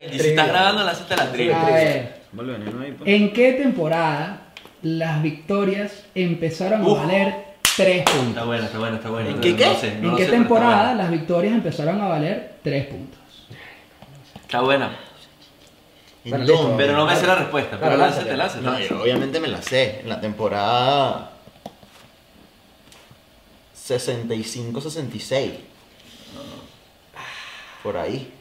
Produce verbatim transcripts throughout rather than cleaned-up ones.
Y si estás grabando, lánzate la trivia. A ver, Vale, veneno ahí, pues. ¿en qué temporada las victorias empezaron Uf. a valer tres Está puntos? buena, está buena, está buena. ¿En qué, No qué? sé, no ¿En lo qué sé, pero está temporada buena. las victorias empezaron a valer tres puntos? Está buena. ¿En Bueno, dónde? listo. Pero no me sé la Claro. respuesta. Claro, Pero lánzate, lánzate. lánzate. No, yo obviamente me la sé. En la temporada sesenta y cinco sesenta y seis. Por ahí.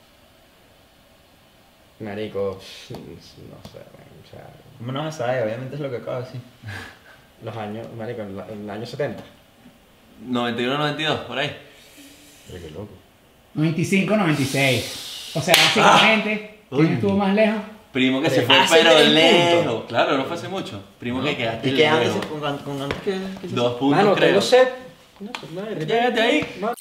Marico, no sé, man, o sea, ¿Cómo no vas a saber? Obviamente es lo que acabo de decir. los años, marico, en, la- en el año setenta. noventa y uno, noventa y dos, por ahí. Pero qué loco. noventa y cinco noventa y seis. O sea, básicamente, Ah. ¿quién Uy. estuvo más lejos? Primo que se Ah, fue, hace pero tres lejos. puntos. Claro, no fue hace mucho. Primo que quedaste ¿Y qué antes? lejos. ¿Con, con antes que, que se- Dos puntos, Mano, creo. tengo set. No, pues, madre, Llégate ahí. Ma-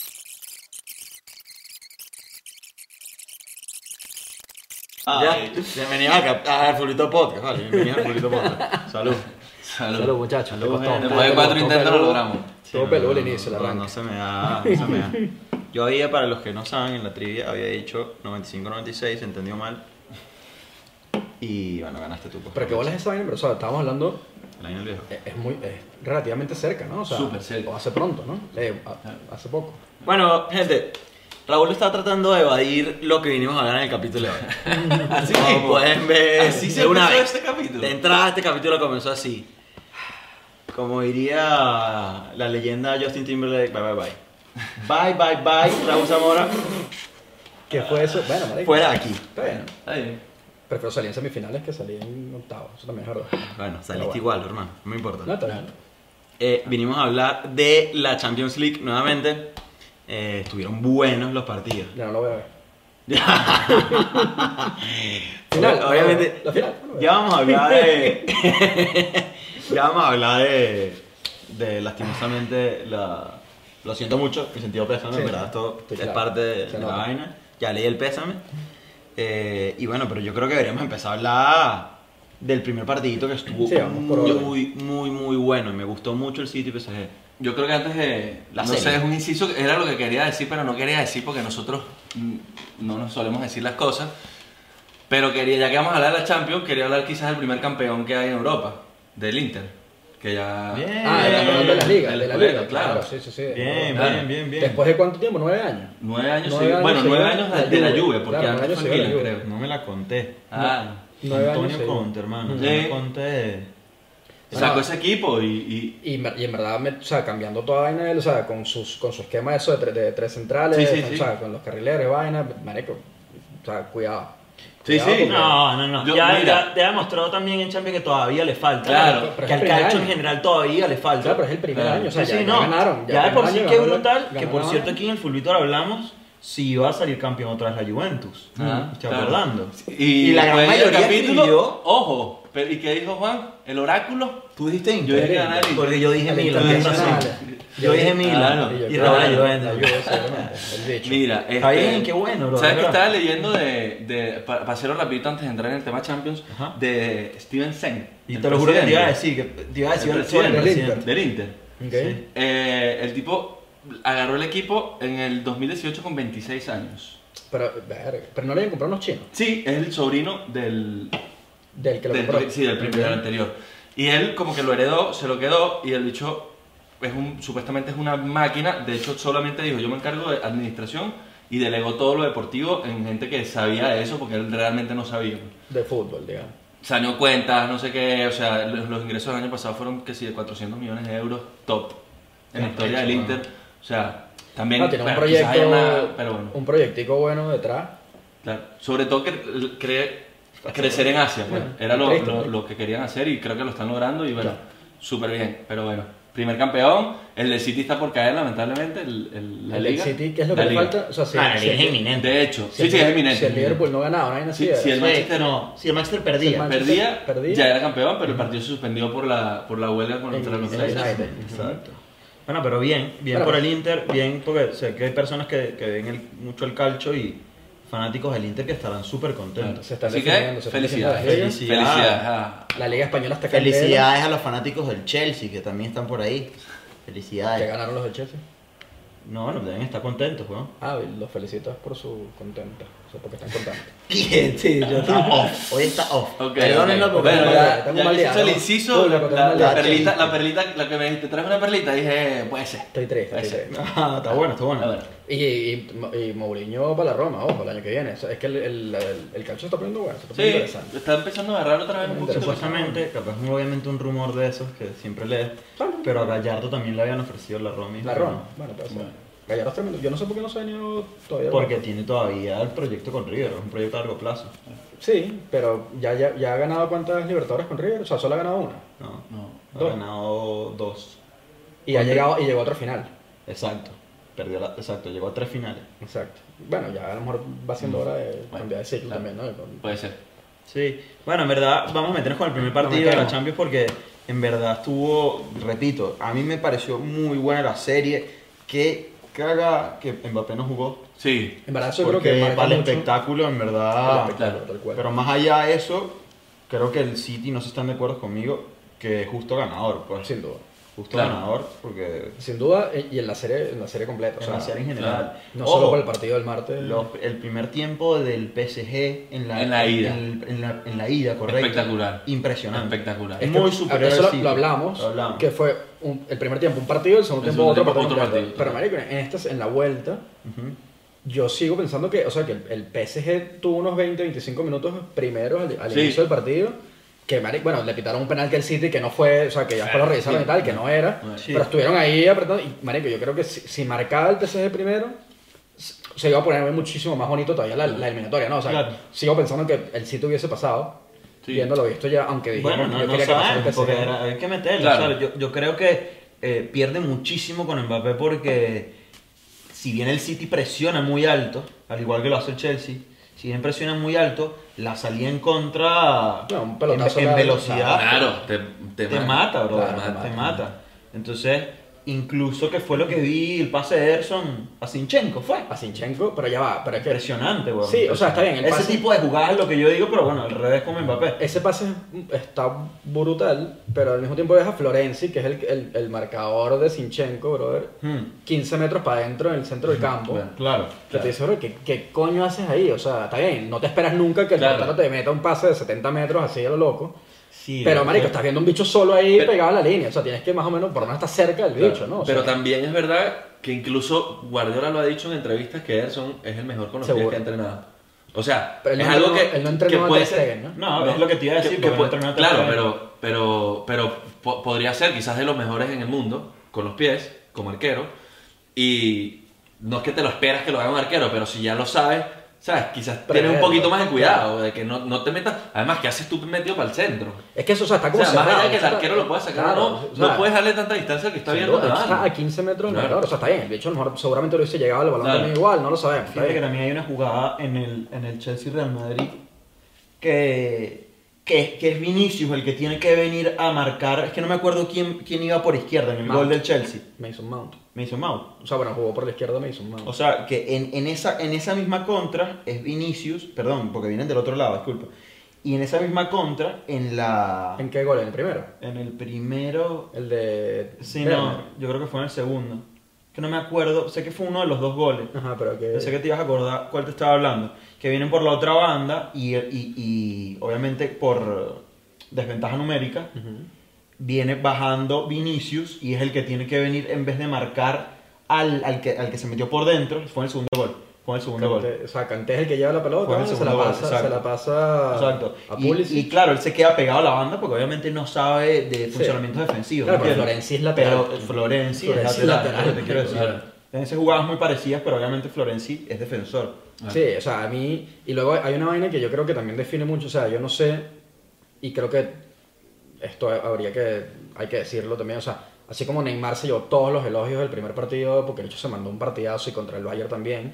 Ay, Ya, bienvenido a- al Fulito Podcast, vale. Bienvenido al Fulito Podcast. Salud. salud. Salud, muchachos. Salud, te costó. gente. Después de cuatro intentos lo logramos. Todo peludo el inicio, la no, arranca. no se me da, no se me da. Yo había, para los que no saben, en la trivia había dicho noventa y cinco noventa y seis, se entendió mal. Y bueno, ganaste tú. Pues, Pero que bolas esa vaina, pero o sea, estábamos hablando, El año del viejo. es, es muy, es relativamente cerca, ¿no? O sea, Súper cerca. o hace pronto, ¿no? Eh, a- hace poco. Bueno, gente, Raúl está tratando de evadir lo que vinimos a hablar en el capítulo de hoy. Así Como mismo. pueden ver, Así se de una empezó vez. este capítulo. De entrada, este capítulo comenzó así. Como diría la leyenda Justin Timberlake, bye bye bye. Bye bye bye, Raúl Zamora. ¿Qué fue eso? Bueno, marico. Fuera de aquí. Está bien. Está bien. Prefiero salir en semifinales que salir en octavos. Eso también es verdad. Bueno, saliste bueno. igual, hermano. No me importa. No, está bien. Eh, vinimos a hablar de la Champions League nuevamente. Eh, estuvieron buenos los partidos. Ya no lo voy a ver. Final, Obviamente, la final, no lo ya veo. vamos a hablar de. ya vamos a hablar de. De lastimosamente la. Lo siento mucho, mi sentido pésame, Sí, en verdad, esto estoy es claro. parte de, Se de la nota. vaina. Ya leí el pésame. Eh, y bueno, pero yo creo que deberíamos empezar a hablar del primer partidito que estuvo Sí, vamos por orden. muy, muy, muy bueno. Y me gustó mucho el City P S G. Yo creo que antes de. La no serie. sé, es un inciso, era lo que quería decir, pero no quería decir porque nosotros mm, no nos solemos decir las cosas. Pero quería, ya que vamos a hablar de la Champions, quería hablar quizás del primer campeón que hay en Europa, del Inter. Que ya. Bien. Ah, el campeón de la liga, El de la juego, liga, claro. claro. Sí, sí, sí. Bien, Claro. bien, bien, bien. ¿Después de cuánto tiempo? ¿Nueve años? Nueve años, Nueve sí. años Bueno, nueve seguidos años de de la Juve. Juve, porque Claro, nueve antes años fue seguidos Milan, de Juve. creo. No me la conté. Ah, Nueve Antonio años Conte, hermano. Sí. Antonio Conte. sacó ese equipo y. y Y, me- y en verdad, me- o sea, cambiando toda vaina, de él, o sea, con, sus, con su esquema eso de, tre- de tres centrales, Sí, sí, o sí. sea, con los carrileros, vaina, marico, o sea, cuidado. Sí, Cuidado sí. porque- No, no, no. Yo- ya, mira. ya, ya ha demostrado también en Champions que todavía le falta. Claro, pero que es al el primer calcio año. en general todavía le falta. Claro, pero es el primer Claro. año, o sea, Sí, ya, sí, ya no. ganaron. Ya, de el por primer sí año que es ganaron, brutal, que ganaron por la cierto vaina. aquí en el Fulvitor hablamos si va a salir campeón otra vez la Juventus. Ah, ¿Estoy claro. acordando? Y, Y la gran después del mayoría escribió- Ojo, pero, ¿y qué dijo Juan? ¿El oráculo? ¿Tú dijiste Yo dije Inter, ganar el Porque yo dije El Milan, Inter tienes razón. Internacional. Yo dije Milan Claro. Y yo y creo Raúl que la la Juventus. Juve, seguramente, el bicho. Mira, Está este, bien, qué bueno, bro. ¿Sabes que ¿verdad? estaba leyendo de, de para, para hacerlo rapidito antes de entrar en el tema Champions, Ajá. de Steven Sen? Y el te lo juro que te iba a presidente. decir, que te iba a decir El el presidente. presidente del del Inter. Ok. Sí. Eh, el tipo agarró el equipo en el dos mil dieciocho con veintiséis años. Pero, verga, pero no le habían comprado unos chinos, Sí, es el sobrino del, del que lo del, compró. sí, del primero anterior. Y él como que lo heredó, se lo quedó y el bicho es un, supuestamente es una máquina. De hecho solamente dijo yo me encargo de administración y delegó todo lo deportivo en gente que sabía de eso porque él realmente no sabía. De fútbol, digamos. Saneó cuentas, no sé qué, o sea, los, los ingresos del año pasado fueron que sí de cuatrocientos millones de euros, top en la historia del Inter. O sea, también No, tiene un bueno, quizás haya proyecto, una- pero bueno, un proyectico bueno detrás. claro. Sobre todo que cree crecer en Asia, pues. Bueno, Era lo, Cristo, lo- ¿no? lo que querían hacer y creo que lo están logrando y bueno, Claro. súper bien, pero bueno. Primer campeón, el del City está por caer lamentablemente, el, el- la El del Liga. City, ¿qué es lo La que le Liga. falta? O sea, si, Ah, la si Liga el- es inminente. De hecho, si sí, el- sí, es eminente. Si el Liverpool no ganaba, no hay nada Sí, así. si el Sí, Manchester no, si el Manchester Si perdía. el Manchester perdía, perdía, ya era campeón, pero el partido se suspendió por la, por la huelga contra en- los en el United. United. Exacto. Bueno, pero bien, bien Pero- por el Inter, bien porque sé que hay personas que, que ven el- mucho el calcio y fanáticos del Inter que estarán súper contentos. Se están Así que, definiendo, se están felicidades. definiendo Sí. Felicidades. ah. La Liga Española está candela, Felicidades a los fanáticos del Chelsea que también están por ahí. que Felicidades. ganaron los del Chelsea. No, bueno, deben estar contentos, weón. Ah, y los felicitas por su contenta. O sea, porque están contentos. Bien, sí, yo está off. Hoy está off. Ok, Perdónenlo ok. porque Bueno, no- ya, tengo ya mal que día, hizo el ¿no? inciso, Uy, la, tengo la- mal la día. perlita, la perlita, la que me dijiste, ¿traes una perlita? Dije, puede ser. Estoy triste, Puede estoy ser. triste. Ah, está bueno, está bueno. A ver. Y, y, y Mourinho para la Roma, ojo, el año que viene. O sea, es que el, el, el, el calcio está poniendo bueno, se está poniendo Sí, interesante. está empezando a agarrar otra vez un Muy poquito. Supuestamente, capaz es obviamente un rumor de esos que siempre lees, pero a Gallardo también le habían ofrecido la Roma. y La dijo Roma, bueno, puede ser. Bueno. Gallardo es tremendo. Yo no sé por qué no se ha venido todavía. Porque tiene todavía el proyecto con River, es un proyecto a largo plazo. Sí, pero ya, ya, ya ha ganado cuántas Libertadores con River, o sea, solo ha ganado una. No, No. ha Dos. ganado dos. Y ha Con- llegado y llegó a otra final. Exacto, perdió la, exacto, llegó a tres finales. Exacto. Bueno, ya a lo mejor va siendo hora de Bueno, cambiar de ciclo claro. también, ¿no? Con- Puede ser. Sí, bueno, en verdad vamos a meternos con el primer Nos partido de la metemos. Champions porque en verdad estuvo, repito, a mí me pareció muy buena la serie, que caga que Mbappé no jugó. Sí. En verdad, eso yo Porque creo que marca para el mucho espectáculo, en el verdad. espectáculo, tal cual. Pero más allá de eso, creo que el City no se están de acuerdo conmigo, que es justo ganador, pues. Sin duda. Justo Claro. ganador, porque Sin duda, eh, y en la serie, en la serie completa. o en sea, la serie en general. No Ojo, solo por el partido del martes. los- el primer tiempo del P S G en la, En la ida. En, en la, en la ida, correcto. Espectacular. Impresionante. Espectacular. Es que, muy a superior ver, eso al lo, City. lo hablamos, Lo hablamos. que fue un- el primer tiempo un partido, el segundo El tiempo segundo otro tiempo, partido. otro completo. partido. Pero, marico, en, estas, en la vuelta, Ujú. yo sigo pensando que, o sea, que el, el P S G tuvo unos veinte, veinticinco minutos primeros al, al Sí. inicio del partido. Que, marico, bueno, le pitaron un penal que el City que no fue, o sea, que ya después lo revisaron y tal, que no era. Sí. Pero estuvieron ahí apretando. Y, marico, yo creo que si, si marcaba el P S G primero, s- se iba a poner muchísimo más bonito todavía la, la eliminatoria, ¿no? O sea, Claro. sigo pensando que el City hubiese pasado. Sí. Viéndolo visto ya, aunque dijimos Bueno, que no, yo no quería que pasara el sabemos, porque P S G. era- hay que meterlo. Claro. ¿sabes? Yo, yo creo que eh, pierde muchísimo con Mbappé porque si bien el City presiona muy alto, al igual que lo hace el Chelsea, si bien presiona muy alto, la salida en contra No, un en, pelotazo en largo, velocidad Claro, te, te, te mata, bro, Claro, te, te mata, te mata. mata. Entonces, incluso que fue lo que vi el pase de Ederson a Zinchenko, fue A Zinchenko, pero ya va, pero es que impresionante, weón. Sí, o sea, está bien, el Ese pase- tipo de jugadas es lo que yo digo, pero bueno, al revés con Mbappé. ese pase está brutal, pero al mismo tiempo deja a Florenzi, que es el, el, el marcador de Zinchenko, brother, Hmm, quince metros para adentro en el centro del campo. Claro. claro. Que te dice, bro, ¿qué, ¿qué coño haces ahí? O sea, está bien, no te esperas nunca que el Claro. portero te meta un pase de setenta metros así a lo loco. Sí, Pero, lo marico, que- estás viendo un bicho solo ahí Pero- pegado a la línea. O sea, tienes que más o menos, por lo menos estar cerca del bicho, ¿no? O Pero sea, también es verdad que incluso Guardiola lo ha dicho en entrevistas que Ederson es el mejor con los Seguro. pies que ha entrenado. O sea, pero él es no algo entrenó- que, él no que entrenó a puede Ter ser. Stegen, ¿no? No, es lo que te iba a decir, que- que porque no puede- entrenó a Ter claro, Stegen. pero, pero, pero po- podría ser quizás de los mejores en el mundo con los pies, como arquero. Y no es que te lo esperas que lo haga un arquero, pero si ya lo sabes, ¿sabes? Quizás tienes un Preverlo, poquito más de cuidado, de que no, no te metas. Además, ¿qué haces tú metido para el centro? es que eso, o sea, está O como sea, más cerrado, allá de que el está- arquero lo pueda sacar claro, o no, o sea, no puedes darle tanta distancia al que está sin viendo duda, de está mano. a quince metros del Claro. marcador. O sea, está bien. El bicho a lo mejor seguramente lo hubiese llegado al balón Claro. también igual, no lo sabemos. está Fíjate que bien. también hay una jugada en el, en el Chelsea Real Madrid que, que, que es Vinicius el que tiene que venir a marcar. Es que no me acuerdo quién, quién iba por izquierda en el Mount. gol del Chelsea. Mason Mount. Mason Mount. O sea, bueno, jugó por la izquierda Mason Mount. O sea, que en, en, esa, en esa misma contra es Vinicius, perdón, porque vienen del otro lado, disculpa. Y en esa misma contra, en la. ¿En qué gol? ¿En el primero? En el primero. El de... Sí, Werner. no, yo creo que fue en el segundo. Que no me acuerdo, sé que fue uno de los dos goles. Ajá, pero que... Pensé que te ibas a acordar cuál te estaba hablando. Que vienen por la otra banda y, y, y obviamente por desventaja numérica Ujú. viene bajando Vinicius y es el que tiene que venir en vez de marcar al, al, que, al que se metió por dentro. Fue en el segundo gol. Fue en el segundo gol. Kanté- o sea, Kanté es el que lleva la pelota, Fue el se la segundo gol, pasa, exacto. se la pasa Exacto. a Y, Pulisic. y claro, él se queda pegado a la banda porque obviamente no sabe de funcionamientos defensivos. Claro, ¿me pero entiendes? Florenzi es lateral. Pero Florenzi, Florenzi es es lateral, lateral, es lo que quiero decir. claro. En esas jugadas muy parecidas, pero obviamente Florenzi es defensor. Sí, o sea, a mí... Y luego hay una vaina que yo creo que también define mucho, o sea, yo no sé, y creo que esto habría que... Hay que decirlo también, o sea, así como Neymar se llevó todos los elogios del primer partido, porque de hecho se mandó un partidazo y contra el Bayern también,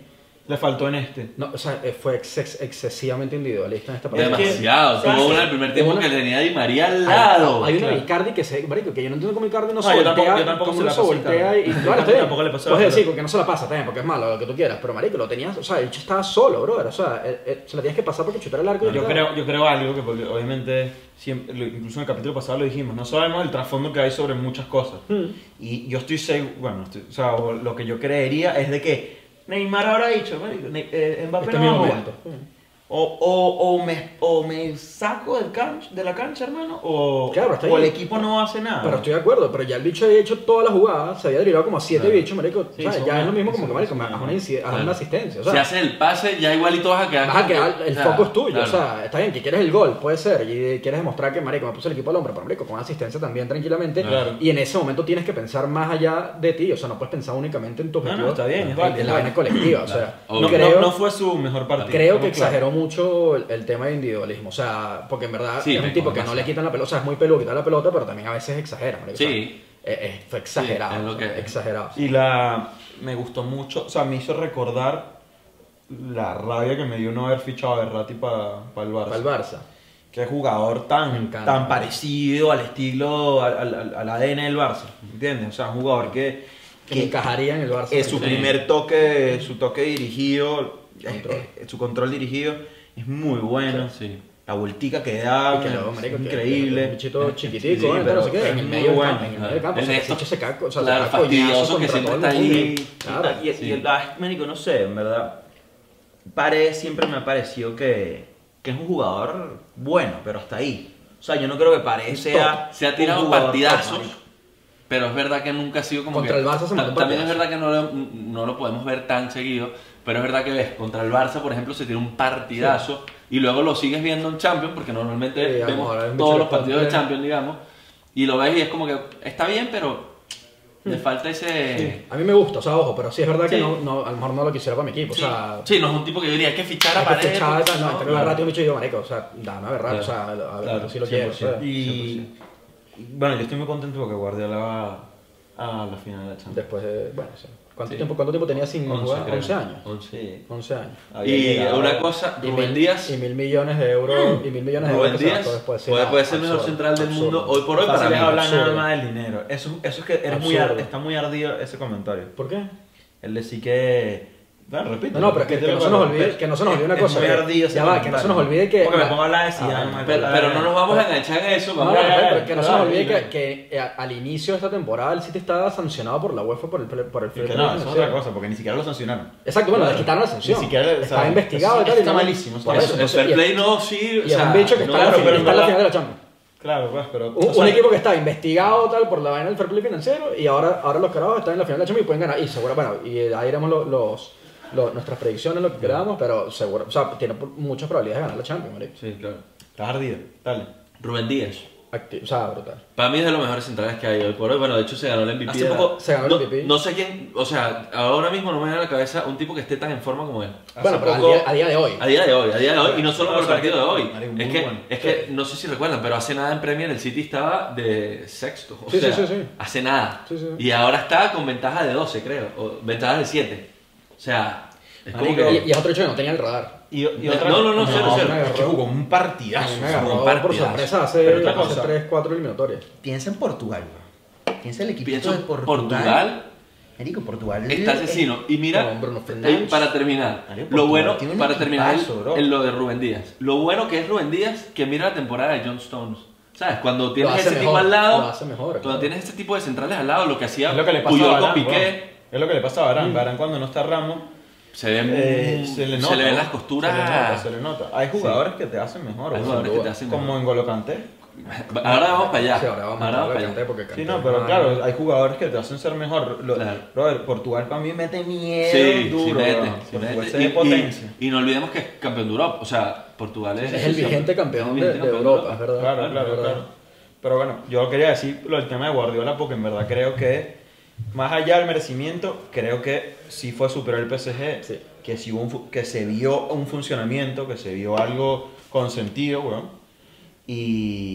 le faltó en este. No, o sea, eh, fue ex- excesivamente individualista en esta partida. Demasiado. ¿sabes Tuvo qué? una el primer tiempo Una- que le tenía a Di María al Hay, lado. hay una claro. de Icardi que se, marico, que yo no entiendo cómo Icardi no se No, yo voltea, tampoco- yo tampoco cómo se no la se paso a voltea Icardi. y bueno, está bien. Tampoco le pasó, Puedes pero- decir porque no se la pasa, está bien, porque es malo, lo que tú quieras, pero marico, lo tenías, o sea, el bicho estaba solo, brother, o sea, eh, eh, se la tienes que pasar porque chutar el arco y ya Yo está. creo, yo creo algo que porque obviamente, siempre, lo- incluso en el capítulo pasado lo dijimos, no sabemos el trasfondo que hay sobre muchas cosas. Hmm. Y yo estoy seguro, bueno, estoy- o sea, o lo que yo creería es de que Neymar habrá dicho, marico, Ne- eh, Mbappé Este no va a mismo jugar. momento. O, o, o, me, o me saco del canch, de la cancha, hermano, o, Claro, está o el bien. equipo no hace nada. Pero estoy de acuerdo, pero ya el bicho había hecho todas las jugadas, se había derivado como a siete Claro. bichos, marico, Sí, o sea, son ya una- es lo mismo como sí, que, marico, sí, haz sí. una, inci- haz Claro. una asistencia, o sea, Si haces el pase, ya igualito vas a quedar. vas a como que- quedar, el o sea, foco es tuyo, claro. o sea, está bien que quieres el gol, puede ser, y quieres demostrar que, marico, me puse el equipo al hombro, pero marico, con asistencia también tranquilamente, Claro. y en ese momento tienes que pensar más allá de ti, o sea, no puedes pensar únicamente en tu No, no, objetivo, está bien, es en- válido, en es la vaina válido. colectiva, o sea, Obvio. no, creo, no, no fue su mejor partido. creo que estamos claros. exageró mucho el, el tema de individualismo, o sea, porque en verdad Sí, es un me tipo con que no le demasiado. quitan la pelota, o sea, es muy peludo quitar la pelota, pero también a veces exagera, marico, o sea, Sí. eh, eh, fue exagerado, Sí, es lo o sea, que- exagerado. Y la me gustó mucho, o sea, me hizo recordar la rabia que me dio no haber fichado a Berratti para el Barça. Para el Barça. Qué jugador Me tan, encanta. tan parecido al estilo, al, al, al A D N del Barça, ¿entiendes? O sea, un jugador que, Que que encajaría en el Barça. es su Sí. primer toque, su toque dirigido, Control. es- es- su control dirigido es muy bueno. Sí. La vueltica que da, Y que luego, es marico, que- increíble. que un bichito chiquitico, Sí, ¿eh? pero no sé qué, es en el muy medio del bueno. campo, en el medio del campo, Es o sea, esto- ese bicho se cae, o sea, se claro, cae coñazo fastidioso que contra siempre todo el está mundo. ahí. Claro. Y, y Sí. el ah, médico, no sé, en verdad, Paredes siempre me ha parecido que, que es un jugador bueno, pero hasta ahí. O sea, yo no creo que Paredes sea. Se ha un tirado jugador partidazos, top, marico. pero es verdad que nunca ha sido como Contra que... el Barça se mandó un También es partidazo. verdad que no lo, no lo podemos ver tan seguido, pero es verdad que ves, contra el Barça, por ejemplo, se tira un partidazo y luego lo sigues viendo en Champions, porque normalmente Sí, a lo vemos mejor es un todos bicho los de partidos de cumple. Champions, digamos, y lo ves y es como que está bien, pero le falta ese... A mí me gusta, o sea, ojo, pero sí es verdad que Sí. no, no, a lo mejor no lo quisiera para mi equipo, Sí, o sea... sí, no es un tipo que yo diría, hay que fichar a hay que Paredes. fichar, porque tal, no, si este no, me claro. rato un bicho y digo, marico, o sea, dame a ver, Claro. o sea, a ver, a ver Claro, si lo cien por quiero. ciento. ¿sabes? Y bueno, yo estoy muy contento porque Guardiola va a la final de la Champions. Después de, bueno, sí. ¿Cuánto, Sí. tiempo, ¿Cuánto tiempo tenía sin once, jugar? creo. once años. once. Sí. once años. Había Y llegado- una cosa, Y Rubén mil, Díaz... y mil millones de euros, y mil millones de Rubén euros que se Díaz gastó después. sí, puede, no, puede ser el mejor absurdo, central del absurdo. mundo hoy por hoy para Fácil mí. es hablar nada absurdo. más del dinero. Eso, eso es que eres muy Absurdo. ar- está muy ardido ese comentario. ¿Por qué? El decir que. Bueno, repito. No, no, pero que, que no se nos olvide, que no se nos olvide una cosa. Es muy que- ardido ese ya va, que no se nos comentario. olvide que... Porque me la- pongo a hablar de Zidane, Ah, no me Pero, pongo a pero hablar no de- nos vamos a enganchar en eso. No, Vamos no, a no, ya, pero que no se ya, nos olvide ya. que, que eh, al inicio de esta temporada el City estaba sancionado por la UEFA por el por el Y que no, eso es otra cosa, porque ni siquiera lo sancionaron. Exacto, bueno, Claro. le quitaron la sanción. Ni siquiera, o sea, estaba investigado y eso tal. y está no- malísimo, por eso- eso, el entonces, fair y- play no, sí. Y es un bicho que no, está, en la claro, fin- pero está en la no- final de la Champions. Claro, pues, pero. Un, o sea, un equipo que está investigado tal por la vaina del fair play financiero y ahora, ahora los carajos están en la final de la Champions y pueden ganar. Y seguro, bueno, y ahí iremos los, los, los- nuestras predicciones, lo que queramos, pero seguro, o sea, tiene muchas probabilidades de ganar la Champions, marico. Sí, claro. Estás ardido. Dale. Rubén Díaz. Acti- o sea, brutal. Para mí es de los mejores centrales que hay hoy por hoy. Bueno, de hecho se ganó el M V P. Hace de la- poco se ganó el no, M V P. No sé quién, o sea, ahora mismo no me viene a la cabeza un tipo que esté tan en forma como él. Bueno, pero poco- al día, a día de hoy. A día de hoy, a día de hoy, y no solo No, por el o sea, partido de hoy. marico, muy Es que, bueno. es que no sé si recuerdan, pero hace nada en Premier el City estaba de sexto. O Sí, sí, sea, sí, sí. hace nada. Sí, sí. Y ahora está con ventaja de doce, creo. O ventaja de siete. O sea, es como Marico, que. Y, y es otro hecho que no tenía el radar. Y, y No, otra- no, no, cero, No, cero. me Es que jugó un partidazo. A mí me es un agarró por partidazo. sorpresa Pero hace, otra hace cosa. tres, cuatro eliminatorias. Piensa en Portugal, bro. Piensa en el equipo Pienso de en Portugal. Portugal. Marico, Portugal. Está asesino. Y mira, Con Bruno eh, Fernández. para terminar, Marico, lo Portugal bueno, tiene un para terminar equipazo, bro. en lo de Rubén Díaz. Lo bueno que es Rubén Díaz, que mira la temporada de John Stones. ¿Sabes? Cuando tienes hace ese tipo mejor, al lado, lo hace mejor, cuando claro. tienes ese tipo de centrales al lado, lo que hacía Es lo que le pasa Puyol a con Varane, Piqué, weón. Es lo que le pasa a Varane. Varane cuando no está Ramos, se ven, eh, se le nota. ven ¿no? las costuras. Se le nota, se le nota. Hay jugadores que te hacen mejor. Hay weón. jugadores que te hacen Como mejor. en Golo Kanté. Ahora vamos para allá. Sí, ahora vamos Ahora a vamos hablar para de allá. Kanté porque Sí, Kanté no, es pero una- claro, hay jugadores que te hacen ser mejor. Lo, Claro. Brother, Portugal para mí mete miedo Sí, duro. sí mete, bro. sí Portugal mete. se ve Y- potencia. Y, y no olvidemos que es campeón de Europa. O sea, Portugal es, Es el vigente campeón el de, vigente de campeón Europa, es verdad. Claro, es claro, verdad. claro. Pero bueno, yo quería decir lo del tema de Guardiola porque en verdad creo que, más allá del merecimiento, creo que sí fue superior el P S G, Sí. que, sí hubo un fu- que se vio un funcionamiento, que se vio algo con sentido, weón. Y,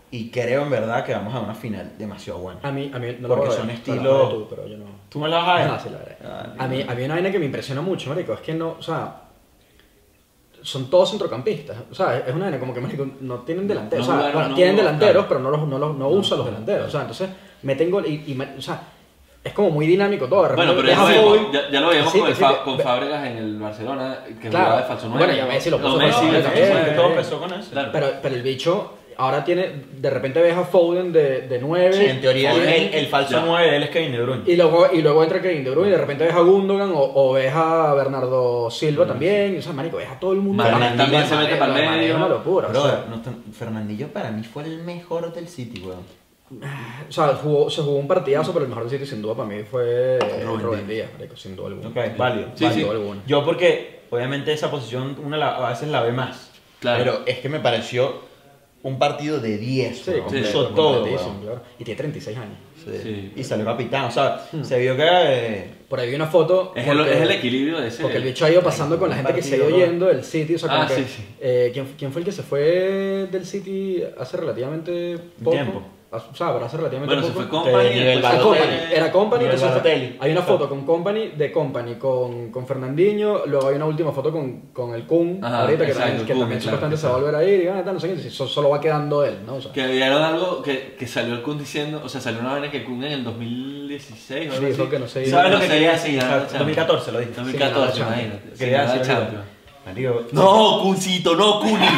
Y creo en verdad que vamos a una final demasiado buena. A mí, a mí no Porque lo voy a son ver, estilo- pero la tú, pero yo no. ¿Tú me la vas a ver? No, sí la veré. Ah, A mí, a mí una vaina que me impresiona mucho, marico, es que no, o sea, son todos centrocampistas, o sea, es una vaina como que, marico, no tienen delanteros, No o sea, jugaron, bueno, no tienen jugó, delanteros, claro. pero no los, no los, no usan los delanteros, o sea, entonces meten gol y, y me- o sea, es como muy dinámico todo, de Bueno, repente pero ya, ves a lo Foden- vimos- ya, ya lo veíamos Sí, con, el sí, Fa- ve- con ve- Fábregas en el Barcelona, que Claro. jugaba de falso nueve. Bueno, ya Messi lo puso No, Messi falso de nueve, falso eh, nueve. que todo eh, empezó con eso. Claro. Pero, pero el bicho ahora tiene, de repente ves a Foden de, de nueve. Sí, en teoría el, el, el falso Ya. nueve de él es Kevin De Bruyne. Y luego, y luego entra Kevin De Bruyne y de repente ves a Gundogan o, o ves a Bernardo Silva también. O sea, marico, ves a todo el mundo. Mané también se mete pa'l Mané medio. Es una locura. o Brother, sea, no está- Fernandinho para mí fue el mejor del City, weón. o sea, jugó, se jugó un partidazo, pero el mejor del City sin duda para mí fue Rubén Rubén Díaz, marico, sin duda alguna. Ok, válido. Sí, válido. sí. alguna. Yo porque, obviamente, esa posición una la- a veces la ve más. Claro. Pero es que me pareció un partido de diez, Sí, weón. completo, Hizo todo, completísimo, weón. claro. Y tiene treinta y seis años. Sí. Sí. Y salió capitán, o sea, Hmm. se vio que... eh, Por ahí vi una foto. Es el, porque- es el equilibrio de ese. Porque el bicho ha ido pasando con la gente que se ha ido partido, ¿no? yendo del City. O sea, como Ah, que, sí, sí. eh, ¿quién, quién fue el que se fue del City hace relativamente poco? Tiempo. O sea, pero hace relativamente Bueno, se poco. fue Company. De nivel después Ah, se Balotelli. fue- Company. Era Company. Nivel entonces fue- Balotelli. hay una Exacto. foto con Company, de Company con, con Fernandinho. Luego hay una última foto con, con el Kun. Ajá, ahorita que, exacto, también, el que Kun, también claro, supuestamente se va a exacto. volver a ir. Y gana, tal, no sé qué. si so- Solo va quedando él, ¿no? O sea, Que vieron algo que, que salió el Kun diciendo, o sea, salió una vaina que Kun en el dos mil dieciséis o algo dijo así. que no se Sí, iba. ¿Sabes lo no que se quería iba decir? sin ganar la Exacto, Champions. dos mil catorce lo dije. dos mil catorce, Sin ganar la imagínate. sin Quería ganar la decir algo. Champions. Marico, No, Kuncito, no, Kuni.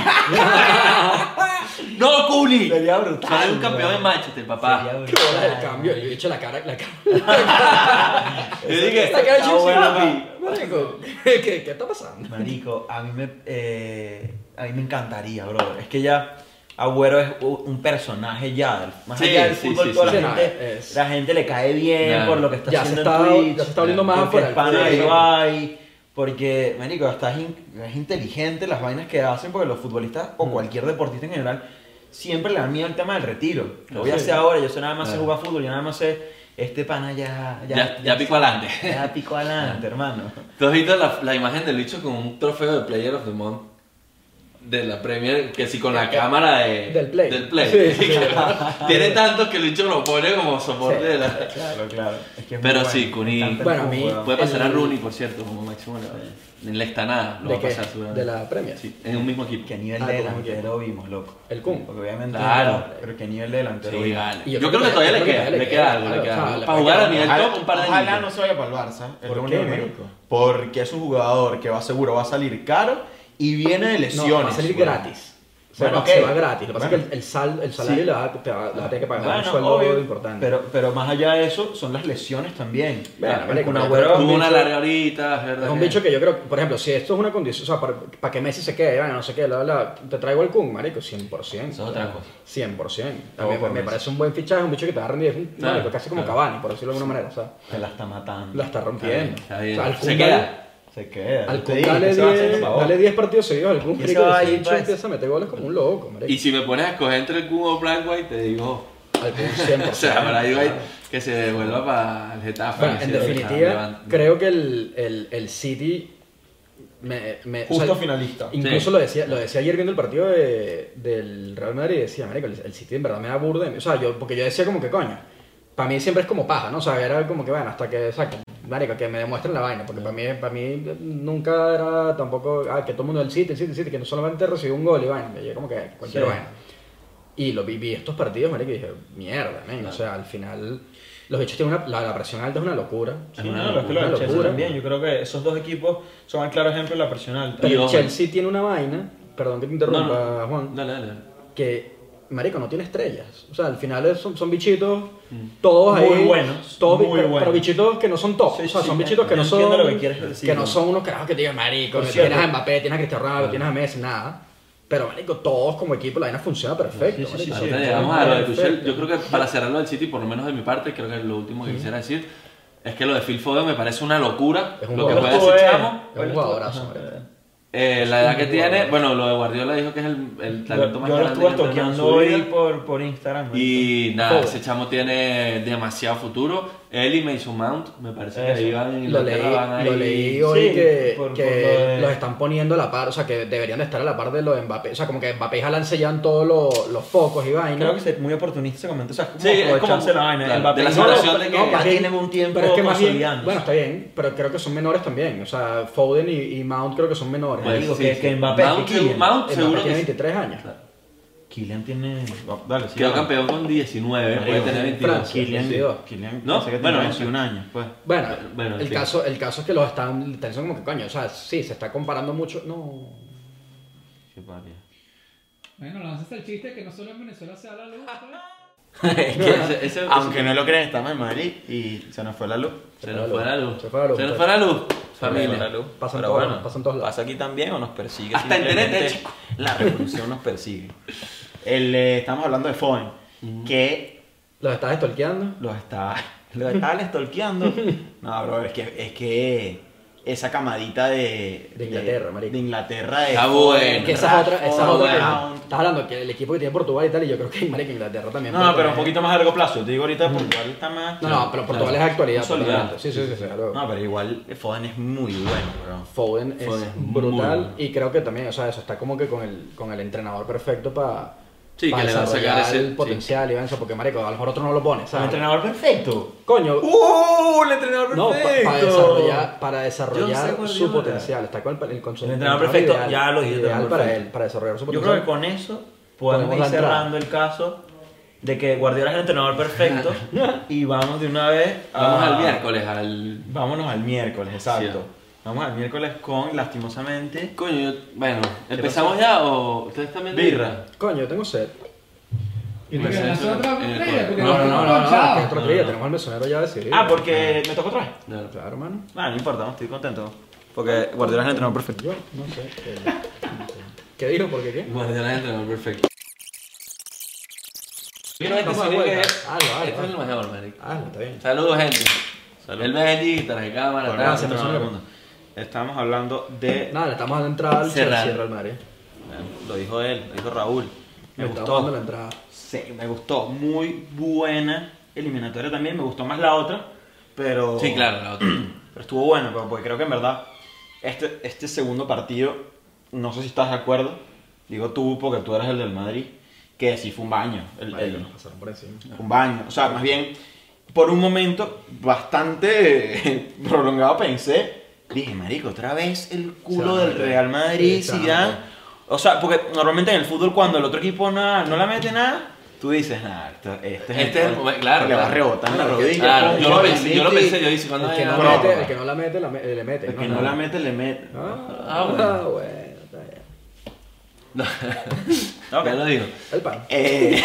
No, Kuni. Sería brutal, Soy un campeón weón. en Manchester, papá. Sería qué bola el brutal. cambio. Yo he hecho la cara. La cara. Yo dije, Esta cara de está Chelsea, bueno, papi. Marico, ¿qué, qué, ¿qué está pasando? Marico, a mí me, eh, a mí me encantaría, brother. Es que ya Agüero es u- un personaje ya. del- Más Sí, allá del sí, fútbol, sí, toda sí. la, Sí, gente, no, es- la gente le cae bien Nah. por lo que está Ya se haciendo está, en Twitch. ya se está abriendo más porque afuera. es pana de Sí. Ibai, porque, marico, hasta es, in- es inteligente las vainas que hacen, porque los futbolistas o cualquier deportista en general siempre le dan miedo al tema del retiro. Lo voy a Sí. hacer ahora, yo sé nada más sé Claro. jugar fútbol, yo nada más sé, este pana ya... Ya- ya picó adelante. Ya picó adelante, hermano. ¿Tú has visto la, la imagen del bicho con un trofeo de Player of the Month? De la Premier, que si con la cámara de, Del Play. Del Play. Sí, sí, sí. Tiene tantos que el bicho lo pone como soporte Sí. de la... Claro, claro. Es que es Pero muy sí, bueno. Cuni- Me encanta el Bueno, a fútbol, mí- weón. Puede pasar a El- Rooney, por cierto, como máximo. En la nada lo ¿De va a qué? pasar seguramente. ¿De la Premier? Sí, en un mismo equipo. ¿Qué nivel Ah, de ¿cómo que? delantero vimos, loco? El Kun. Porque obviamente... Claro. Pero ¿qué nivel de delantero Sí, vimos? vale. Y Yo, creo que todavía le queda, le queda algo, le queda claro, algo. le Para puede jugar a quedar. nivel Ojalá, top un par de ojalá años. no se vaya para el Barça. Es ¿Por lo qué, único que digo. marico? Porque es un jugador que va seguro, va a salir caro y viene de lesiones. No, va a salir weón. gratis. O sea, Bueno, se ok. va gratis. Lo que pasa Bueno. es que el, el, sal, el salario Sí. le va, te va, le va a tener que pagar Bueno, un sueldo obvio, importante. Pero, pero más allá de eso, son las lesiones también. Bueno, El marico, Kun pero- Agüero es un Tuvo una bicho- larga ahorita, es verdad. Es un que- bicho que yo creo, por ejemplo, si esto es una condición, o sea, para, para que Messi se quede, bueno, no sé qué, bla, bla, te traigo el Kun, marico, cien por ciento. Eso es otra cosa. cien por ciento. Todo También por me Messi. parece un buen fichaje, un bicho que te va a rendir, es un, Claro, marico, casi como claro. Cavani, por decirlo de alguna manera, o sea, Se la está matando. la está rompiendo. Está bien, O sea, al se Kun queda. dale- Se queda. Al Te Kun dije dale que se va haciendo diez favor. dale diez partidos seguidos al Kun, Y marico, se va ese ahí, bicho pues. empieza a meter goles como un loco, marico. Y si me pones a escoger entre el Kun o Black White, te digo. Al Kun cien por ciento. O sea, para ahí va que se devuelva para el Getafe. Bueno, que en se definitiva, levante. creo que el, el, el City me, me- Justo o sea, finalista. Incluso Sí. lo decía lo decía ayer viendo el partido de, del Real Madrid y decía, marico, el, el City en verdad me da burda. de mí". O sea, yo, porque yo decía como que coño, para mí siempre es como paja, ¿no? O sea, era como que bueno, hasta que, exacto, marico, que me demuestren la vaina, porque para mí, para mí nunca era tampoco, ah, que todo el mundo del City, el City, el City, que no solamente recibió un gol y vaina, me como que cualquier Sí. vaina. Y lo vi, vi estos partidos, marico, y dije, mierda, men, o sea, al final los bichos tienen una, la, la presión alta es una locura. Sí, Es no, una lo que locura, lo del una Chelsea locura. también. Yo creo que esos dos equipos son el claro ejemplo de la presión alta. Pero Y el ojo. Chelsea tiene una vaina, perdón que te interrumpa, No, no. Juan, Dale, dale. que, marico, no tiene estrellas. O sea, al final son, son bichitos, todos Muy ahí. buenos, Todos, bi- muy pero, buenos. pero bichitos que no son top. Sí, o sea, sí, son bichitos que yo no son. entiendo lo que quieres decir, que no ¿no? son unos carajos que te digan, marico, Por que cierto. tienes a Mbappé, tienes a Cristiano Ronaldo, tienes a Messi, nada. Pero, marico, todos como equipo, la vaina funciona perfecto. Sí, sí, sí, marico. sí. Ahorita llegamos a lo de Perfecto. Tuchel. Yo creo que para cerrarlo del City, por lo menos de mi parte, creo que lo último que quisiera decir es que lo de Phil Foden me parece una locura. Es un lo que jugador. juega ese Estuvo, chamo. Es un jugadorazo, marico. Eh, la edad que tiene, bueno, lo de Guardiola dijo que es el, el talento Yo, más yo lo grande estuve que ha entrenado en toqueando su hoy vida. por, por Instagram. Y nada, Joder. ese chamo tiene demasiado futuro. Él y Mason Mount, me parece que Eso. ahí van en Lo leí, Inglaterra, van ahí. lo leí hoy Sí, que, por- que por lo de- los están poniendo a la par, o sea, que deberían de estar a la par de lo de Mbappé. O sea, como que Mbappé y Haaland sellan todos los, los focos y vainas. Creo que es muy oportunista ese comentario. O sea, es como Sí, es aprovecharse como- la vaina. claro, Mbappé de la no, situación no, de que no, ya más bien tienen tienen un tiempo pero es que más bien, consolidándose. bueno, está bien, pero creo que son menores también. O sea, Foden y, y Mount creo que son menores. Pues digo sí, que- sí. que Mbappé, Mount, que Kylian. Mount Mbappé seguro tiene que sí. veintitrés años. Claro. Kylian tiene. oh, dale, sí, Quedó dale. campeón con diecinueve, puede Marico, tener veintidós. Francia. Kylian, veintidós. Kylian ¿No? pensé que Bueno, tenía no sé. veintiún años, pues. Bueno, Bueno, el, sí. caso, el caso es que los están, están diciendo como que coño, o sea, sí, se está comparando mucho. No. Qué paria. Bueno, lanzas el chiste que no solo en Venezuela se da la luz. Es que, Ese- ese- aunque no lo creen, estamos en Madrid y se nos fue la luz. Se nos fue la luz. Se fue la luz, Se nos pues. fue la luz. Se nos fue la Familia. luz. Pasan Pero todos- bueno, pasan todos lados. pasa aquí también o nos persigue. Hasta en simplemente T N T, chico. La revolución nos persigue. El, eh, estamos hablando de Foden, que ¿Los estás stalkeando? los está, los estaban stalkeando. No, bro, es que, es que esa camadita de, De Inglaterra, marico. de Inglaterra de Está Foden, bueno. Que esa es otra, esa es Rashford, otra que- Mount. estás hablando que el equipo que tiene Portugal y tal, y yo creo que marico, Inglaterra también. No, puede pero un tener- poquito más a largo plazo. Yo te digo ahorita Portugal está más. No, no, pero Portugal Claro. es actualidad. Consolidado. totalmente. Sí, sí, sí, sí, luego. No, pero igual Foden es muy bueno, bro. Foden es Foden es muy brutal bueno. y creo que también, o sea, eso está como que con el, con el entrenador perfecto para Sí, que le va a sacar desarrollar ese- el potencial y eso, porque marico, a lo mejor otro no lo pone, El ¿sabes? entrenador perfecto. Coño, ¡Uh! El entrenador no, perfecto. para desarrollar, para Yo desarrollar sé su Guardiola. potencial, está con el, el, con su- El entrenador perfecto, ideal, ya lo dije, el ideal entrenador para perfecto. él, para desarrollar su Yo potencial. creo que con eso podemos Podemos ir la entrada. cerrando el caso de que Guardiola es el entrenador perfecto y vamos de una vez a... Vamos al miércoles, al. Vámonos al miércoles, exacto. Sí. Vamos al miércoles con, lastimosamente... Coño, yo- bueno, ¿empezamos ya o ustedes también? Birra. Coño, yo tengo sed. Y Pues porque eso, lanzó otra en el estrella, coro. porque No, no, no, no, no, chao. que otro No, día no. tenemos al mesonero ya decidido. Ah, porque me tocó otra vez. Claro. Claro, hermano. Ah, no importa, no, estoy contento. Porque Guardiola es el entrenador perfecto. Yo, no sé. eh, ¿Qué dijo? ¿Por qué qué? Guardiola es entrenador perfecto. Quiero que Vamos de se que vuelta. es. Hazlo, hazlo, Esto es lo hazlo. mejor, marico. Ah, está bien. Saludos, gente. Salud. El Benji, traje cámara, Por tal. gracias, gracias, todo el mesonero. mundo. Estamos hablando de... Nada, le estamos dando entrada al Cerrar. Chelsea Real Madrid. Lo dijo él, lo dijo Raúl. Me Le estamos dando la gustó. entrada. Sí, me gustó. Muy buena eliminatoria también. Me gustó más la otra, pero... Sí, claro, la otra. Pero estuvo bueno, pero porque creo que en verdad este, este segundo partido, no sé si estás de acuerdo, digo tú porque tú eres el del Madrid, que sí fue un baño. El, Marico, el- nos pasaron por encima. un baño. O sea, más bien, por un momento bastante prolongado pensé, dije, marico, otra vez el culo Se va a del meter. Real Madrid, Sí, se va a Zidane. meter. O sea, porque normalmente en el fútbol cuando el otro equipo no, no la mete nada, tú dices, nada, esto- este, Este es el momento, claro, le va a claro. rebotar en la Claro, rodilla. Claro, pum, yo lo pum, pensé, yo lo listo, y- pensé, yo dije, cuando El que, no Bro, mete, bro. el que no la mete, la me- le mete. El ¿no? que no la mete, le mete. Ah, Ah, bueno. ah, bueno, está bien. No, Ok. ya lo digo. El pan. Eh...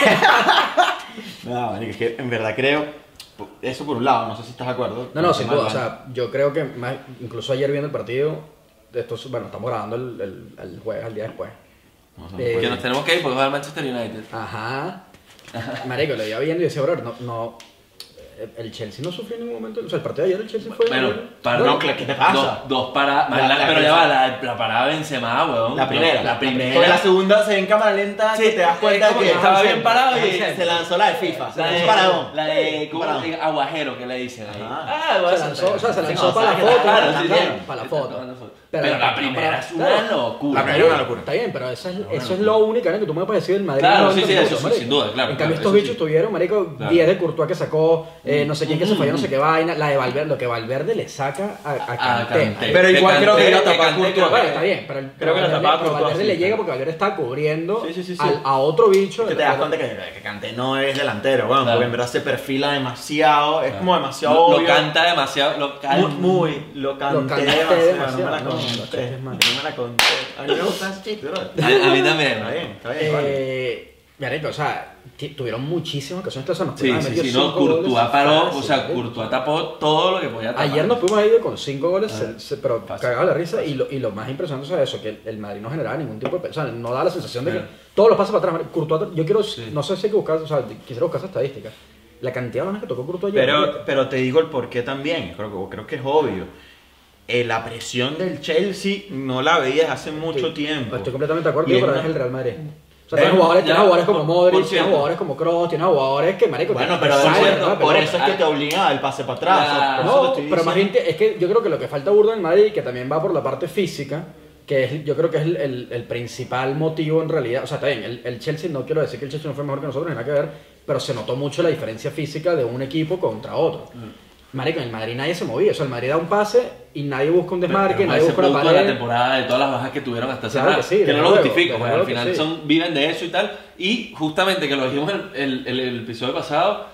no, marico, es que en verdad creo, eso por un lado, no sé si estás de acuerdo. No, no, con sin el tema duda. O del baño. sea, yo creo que más, incluso ayer viendo el partido, esto, es- bueno, estamos grabando el, el, el jueves, al día después. No sé, Eh, pues, Que nos tenemos que ir porque va al Manchester United. Aja. Marico, lo iba viendo y decía, bro, no, no, el Chelsea no sufrió en ningún momento. O sea, el partido de ayer el Chelsea fue. Bueno, para, no, ¿qué te pasa? Dos, dos paradas. La- la- la pero que- ya va, la, la parada de Benzema, weón. La primera. La primera. Porque la segunda se ve en cámara lenta Sí, que te das cuenta es como que que estaba bien parado y- se, se lanzó la de FIFA. La un de, paradón. la de Un ¿cómo paradón. se dice? Aguajero, que le dicen ahí. Ajá. Ah, Se bueno, lanzó, o sea, se sí, lanzó no, para la sabes que foto. claro, ¿no? sí, Claro, sí. para la Está foto. tomando foto. Pero Pero la- la primera es una claro. locura. La primera es una locura. Está bien, pero eso es, eso es lo único ¿no? que tú me puedes decir del Madrid. Claro, no sí, te sí, gusta, eso sí, marico. sin duda, claro, En cambio, claro, estos eso bichos sí. tuvieron, marico, Claro. diez de Courtois que sacó, eh, no sé quién que se falló, no sé qué vaina, la de Valverde, lo que Valverde le saca a, a A Kanté. Kanté. Pero Que igual creo que Kanté- iba a que tapar Kanté Courtois. creo Bueno, que- está bien, pero, el- Creo pero que la Valverde, tapaba pero Courtois, Valverde sí, le llega claro. porque Valverde está cubriendo Sí, sí, sí, sí. al- a otro bicho. Que te das cuenta que, que Kanté no es delantero, bueno, Claro. porque en verdad se perfila demasiado, es como demasiado Lo, lo obvio. canta demasiado. Lo canta. Muy, muy, lo canté, canté demasiado, demasiado, no me la no, conté, los chistes mal. no me la conté. A mí me gustan esos chistes, bro. A, a mí también. Está bien, está bien, vale. Eh, marico, o sea, t- tuvieron muchísimas ocasiones, o sea, nos Sí, pudieron sí, haber sí, metido no, cinco Courtois goles paró, fácil, o sea, marico. Courtois tapó todo lo que podía tapar. Ayer nos fuimos ahí con cinco goles, Ah, se- se- pero fácil. cagaba la risa. Y lo, y lo más impresionante es eso: que el, el Madrid no generaba ningún tipo de. pe- O sea, no da la sensación de que Claro. todos los pasos para atrás. marico. Courtois, yo quiero. Sí. No sé si hay que buscar. O sea, quisiera buscar esa estadística. La cantidad de balones que tocó Courtois ayer. Pero, marico. pero te digo el por qué también, creo que, creo que es obvio. eh, la presión del Chelsea no la veía desde hace mucho Estoy- tiempo. Estoy completamente de acuerdo, Y pero es es una- el Real Madrid. O sea, Eh, tiene jugadores, ya, tiene jugadores como por- Modric, por tiene cierto. jugadores como Kroos, tiene jugadores que, marico, Bueno, que pero, saben, eso, ¿no? La por pelota. eso es que te obliga el pase para atrás. Claro. o sea, por eso te No, estoy pero más bien diciendo. que- es que yo creo que lo que falta burda en Madrid, que también va por la parte física, que es, yo creo que es el, el- el principal motivo en realidad. O sea, está bien, el, el Chelsea, no quiero decir que el Chelsea no fue mejor que nosotros, ni nada que ver, pero se notó mucho la diferencia física de un equipo contra otro. Marico, en el Madrid nadie se movía, o sea, el Madrid da un pase y nadie busca un desmarque, Pero nadie ese busca una producto de la pared. temporada, de todas las bajas que tuvieron hasta hace Claro nada, que sí, que desde no lo luego, justifico, desde pues, luego al que final sí. son, viven de eso y tal. Y justamente que lo dijimos el, el, el, el episodio pasado,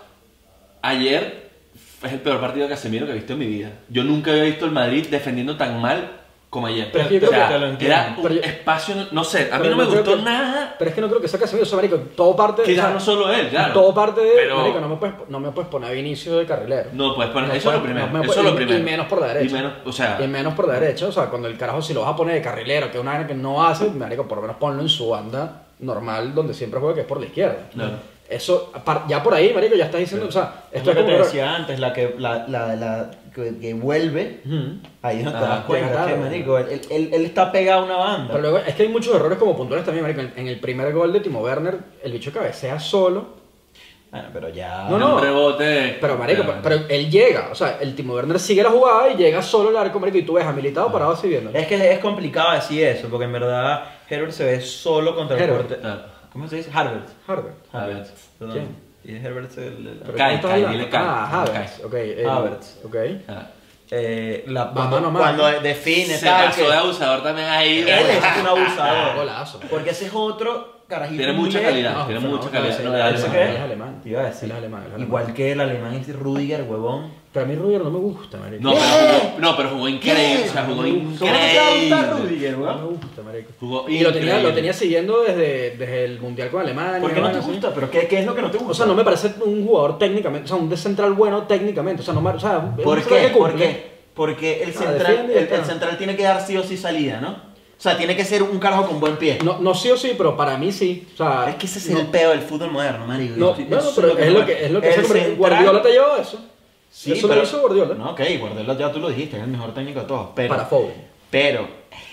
ayer es el peor partido de Casemiro que he visto en mi vida. Yo nunca había visto el Madrid defendiendo tan mal como ayer. Pero es que yo o creo sea, que te lo entiendo. era un Pero yo- espacio, no sé, a mí Pero no me yo creo gustó que- nada. Pero es que no creo que sea Casemiro, o sea, marico, todo parte de... Quizás o sea, no solo él, claro. Todo parte de... Pero- Marico, no me puedes, no me puedes poner a Vinicius de carrilero. No puedes poner, No eso es lo puedes- primero. no me eso es puedes- lo y- primero. y menos por la derecha. Y menos, o sea, Y menos por la derecha, o sea, cuando el carajo si lo vas a poner de carrilero, que es una vaina que no hace, marico, por lo menos ponlo en su banda normal donde siempre juega, que es por la izquierda. Claro. Eso, apar- ya por ahí, marico, ya estás diciendo, o sea, Es esto lo que es te como... decía antes, la que, la, la, la, que, que vuelve, Ujú. ahí no te Ajá, das cuenta, claro. que marico, él, él, él está pegado a una banda. Pero luego, es que hay muchos errores como puntuales también, marico. En, en el primer gol de Timo Werner, el bicho cabecea solo. Bueno, pero ya... No, no. un rebote. Pero, marico, Claro. pero, pero él llega, o sea, el Timo Werner sigue la jugada y llega solo al arco, marico, y tú ves a Militao parado así viendo. Es que es complicado decir eso, porque en verdad Herbert se ve solo contra el Herbert. portero. Claro. ¿Cómo se dice? Harbert. Harvard. Harbert. Perdón. ¿Quién? Y Herbert es el... el- Pero Kai, ¿cómo estás Kai, hablando? dile Kai. Ah, Havertz, Kai. ok. el- Havertz. Ok. Ah. eh, la, Va cuando, mano a mano. cuando define Se tal, pasó que- de abusador también ahí. él es un Ah, abusador. golazo. Porque ese es otro carajito. Tiene mucha inglés. calidad, No, tiene pero mucha no, calidad. ese no no le es da ¿Ese la- qué? Él es alemán. Te iba a decir. Él es alemán, él es alemán. Igual que el alemán es Rudiger, huevón. Pero a mí Rudiger no me gusta, marico. No, pero jugó, no, pero jugó increíble. O sea, jugó ¿Cómo te gusta increíble. Rudiger, No me weón? gusta, marico. Jugó Y lo tenía, increíble. lo tenía siguiendo desde, desde el Mundial con Alemania. ¿Por qué no vaina te así. gusta? ¿Pero qué, qué es lo que no te gusta? O sea, no me parece un jugador técnicamente, o sea, un de central bueno técnicamente. O sea, no me, o sea, es ¿Por un central qué? que ¿Por cumple. qué? Porque el Ah, central, defiende y ya el, el está. central tiene que dar sí o sí salida, ¿no? O sea, tiene que ser un carajo con buen pie. No, no sí o sí, pero para mí sí. O sea, Es que ese es no, el peo del fútbol moderno, marico. No, Eso bueno, pero es lo que es lo que el se convierte- central- Guardiola te llevó a eso. Sí, eso pero- lo hizo Guardiola. No, ok, Guardiola ya tú lo dijiste, es el mejor técnico de todos. Pero, Para Foden. Pero,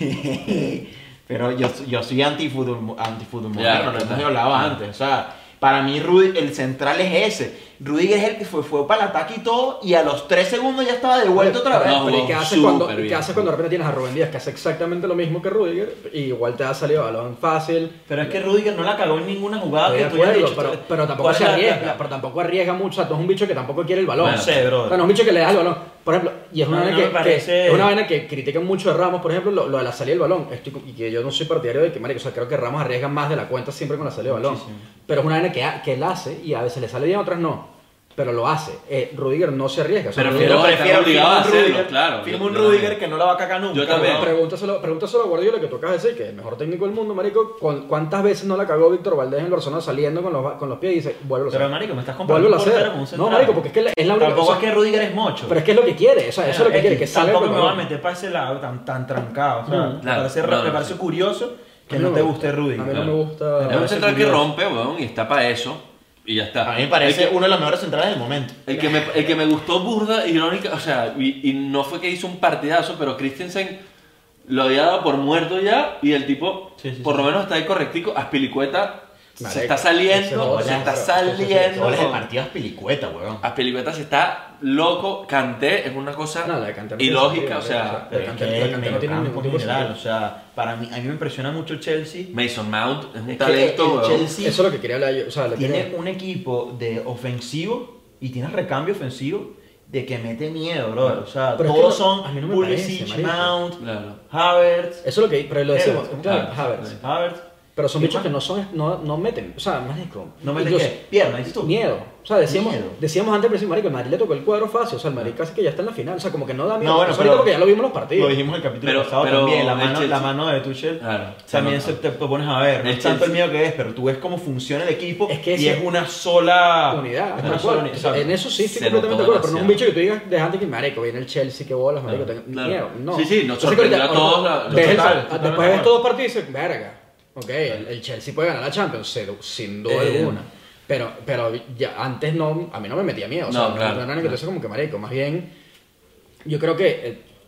pero yo, yo soy antifútbol, antifútbol Ya, moderno, no claro. hemos hablado antes. O sea, para mí Rudi- el central es ese. Rudiger es el que fue, fue para el ataque y todo, y a los tres segundos ya estaba de vuelta otra vez. No, Pero ¿y jugó qué haces súper cuando, bien. ¿qué haces cuando de repente tienes a Rubén Díaz que hace exactamente lo mismo que Rudiger y igual te ha salido balón fácil? Pero es que Rudiger no la cagó en ninguna jugada Estoy que de tú hayas acuerdo, dicho. pero, pero tampoco ¿Cuál se es la- arriesga, la- pero tampoco arriesga mucho, o sea, tú es un bicho que tampoco quiere el balón. Bueno, No sé, bro. O sea, no es un bicho que le das el balón. Por ejemplo, y es una No, vaina no que, me parece- que- es una vaina que critican mucho de Ramos, por ejemplo, lo, lo de la salida del balón. Estoy, y que yo no soy partidario de que, marico, o sea, creo que Ramos arriesga más de la cuenta siempre con la salida del balón. Muchísimo. Pero es una vaina que, ha- que él hace y a veces le sale bien, a otras no. Pero lo hace. Eh, Rudiger no se arriesga. O sea, Pero Rudiger- Pero está obligado a hacerlo, claro. Firma Yo- un yo Rudiger también. que no la va a cagar nunca. Yo también. weón. Pregúntaselo, pregúntaselo a Guardiola, que tú acabas de decir que es el mejor técnico del mundo, marico. ¿cu- ¿Cuántas veces no la cagó Víctor Valdés en el Barcelona saliendo con los, con los pies y dice, vuelve a Pero hacer? marico, me estás comparando Vuelve a un portero hacer. con un No, central. marico, porque es que es la única Tampoco o sea, es que Rudiger es mocho. pero es que es lo que quiere, o sea, eso es lo que quiere, que salga Tampoco con me el voy a balón. meter para ese lado tan, tan trancado. O sea, Mm. me Claro, parece, no, ra- no, me parece sí. curioso que A mí no no te me- guste Rudiger. A mí no Claro. me gusta. Es un central que rompe, weón, y está para eso. Y ya está. A mí me parece El que- uno de los mejores centrales del momento. El que, me, el que me gustó burda, irónica, o sea, y, y no fue que hizo un partidazo, pero Christensen lo había dado por muerto ya y el tipo, Sí, sí, por sí. lo menos está ahí correctico. Aspilicueta se Marico, está ese saliendo, gol, se está pero- saliendo. Goles de partido es pilicueta, weón. Aspilicueta se está loco, Kanté es una cosa No, la de Kanté no tiene ilógica, sentido, o sea, Pero La es Kanté- que la el Kanté no tiene mediocampo ningún en tipo de general, sentido. o sea, para mí, a mí me impresiona mucho el Chelsea. Mason Mount es un Es que talento, el weón. Chelsea- Eso es lo que quería hablar yo. O sea, lo Tiene quería- un equipo de ofensivo y tiene recambio ofensivo de que mete miedo, bro. O sea, Pero es que todos no- son a mí no me Pulisic, parece, marico. Mount, Claro. Havertz. Eso es lo que. Pero lo decimos, Havertz, claro, Havertz, Havertz. sí. Havertz. Pero son ¿Qué bichos más? que no son, no, no meten, o sea, marico. ¿No meten incluso- qué? Pierna, dices tú. Miedo. O sea, decíamos, Miedo. decíamos antes, pero sí, marico, el Madrid le tocó el cuadro fácil, o sea, el Madrid casi que ya está en la final, o sea, como que no da miedo. No, bueno, Eso ahorita pero- porque ya lo vimos en los partidos. Lo dijimos en el capítulo Pero- pasado pero también, la el mano, Chelsea- la mano de Tuchel. Claro, También se se te pones a ver, no El es tanto el Chelsea- miedo que es, pero tú ves cómo funciona el equipo Es que y ese- es una sola Unidad, es tal una sola cual. unidad. Exacto. En eso sí estoy Se completamente de notó acuerdo, pero no es un demasiado. bicho que tú digas, dejante que marico, viene el Chelsea, que bolas, marico, Claro, tengo claro. miedo. No. Sí, sí, nos Entonces, sorprendió ahorita- a todos ahorita la- ves el- total, total, después ves total. todos los partidos y dices, verga, ok, el, el Chelsea puede ganar la Champions, sin, sin duda Eh. alguna. Pero, pero ya antes no, a mí no me metía miedo, o sea, No, claro, no era ni que claro. tú dices como que marico, más bien, yo creo que, eh,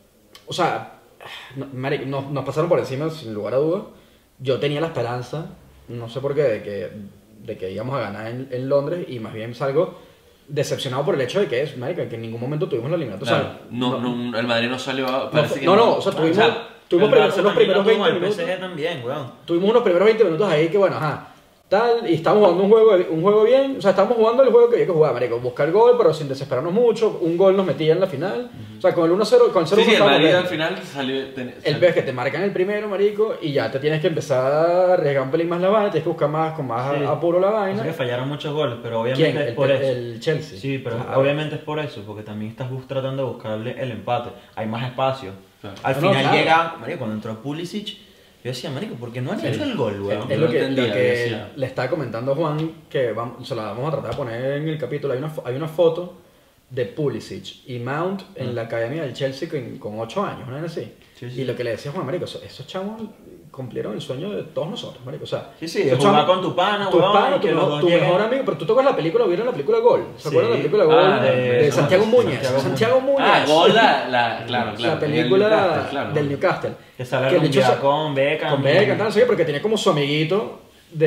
o sea, no, marico, nos, nos pasaron por encima sin lugar a dudas. Yo tenía la esperanza, no sé por qué, de que, de que íbamos a ganar en, en Londres y más bien salgo decepcionado por el hecho de que es, marica, que en ningún momento tuvimos la eliminatoria. Claro, O sea, no, no, el Madrid no salió. Parece no, que no, no, o sea, tuvimos, o sea, tuvimos El primer- Barça unos también primeros lo tuvo, veinte el P minutos. S G también, weón. Tuvimos unos primeros veinte minutos ahí que, bueno, ajá, tal, y estábamos jugando un juego, un juego bien, o sea, estábamos jugando el juego que había que jugar, marico, buscar gol, pero sin desesperarnos mucho, un gol nos metía en la final, o sea, con el uno cero, con el cero Sí, sí, el estábamos Madrid bien. al final salió. ten- El salió- pez que te marcan el primero, marico, y ya te tienes que empezar a arriesgar un pelín más la vaina, tienes que buscar más, con más Sí. apuro la Pasa vaina. que fallaron muchos goles, pero obviamente ¿Quién? es El, por eso. el Chelsea. Sí, pero Ah, obviamente es por eso, porque también estás bus- tratando de buscarle el empate. Hay más espacio. Claro. Al No, no, final claro. llega, marico, cuando entró Pulisic, yo decía, marico, ¿por qué no han Sí. hecho el gol, weón? Es Yo lo que, no entendía, lo que decía. le estaba comentando Juan, que vamos, se la vamos a tratar de poner en el capítulo. Hay una, fo- hay una foto de Pulisic y Mount en la academia del Chelsea con, con ocho años, ¿no es así? Sí, sí. Y lo que le decía Juan, marico, esos, esos chamos cumplieron el sueño de todos nosotros, marico. O sea, Sí, sí, esos es jugar chamos- con tu pana, tu weón, pana, y que tu, los no- dos tu lleguen. mejor amigo, pero tú tocas la película, ¿vieron la película Gol? ¿Se Sí. acuerdan de la película Gol? Ah, de, de- de Santiago de Muñez. Santiago Santiago Muñez. Ah, gol, la, la, claro, claro. La película el Newcastle, claro. del Newcastle. Que sale Que el bicho rumbear sa- con Beckham. Con Beckham, tal, no sé qué, porque tenía como su amiguito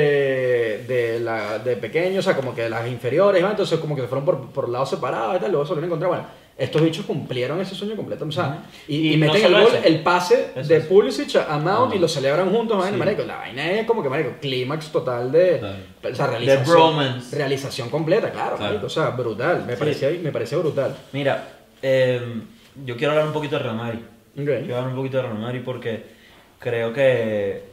de, de, la, de pequeño, o sea, como que las inferiores, ¿no? Entonces como que se fueron por, por lados separados y tal, luego se volvieron a encontrar. Bueno, estos bichos cumplieron ese sueño completo, o sea, y, Y y no meten el solo gol, eso. el pase Eso de es. Pulisic a Mount y lo celebran juntos, vaina, Sí. marico. La vaina es como que, marico, clímax total de, Claro. o sea, realización, bromance. realización completa, claro, Claro. marico, o sea, brutal, me, Sí. parecía, me parecía brutal. Mira, eh, yo quiero hablar un poquito de Real Madrid. Ok. Quiero hablar un poquito de Real Madrid porque creo que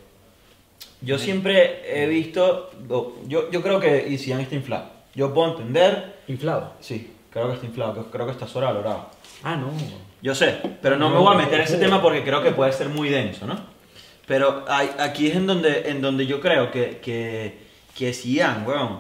yo siempre he visto, yo, yo creo que Zidane está inflado. Yo puedo entender, Inflado. sí, creo que está inflado, creo que está sobrevalorado. Ah, no. Yo sé, pero no, me voy a meter en ese tema porque creo que puede ser muy denso, ¿no? Pero hay- aquí es en donde, en donde yo creo que, que, que Zidane, weón,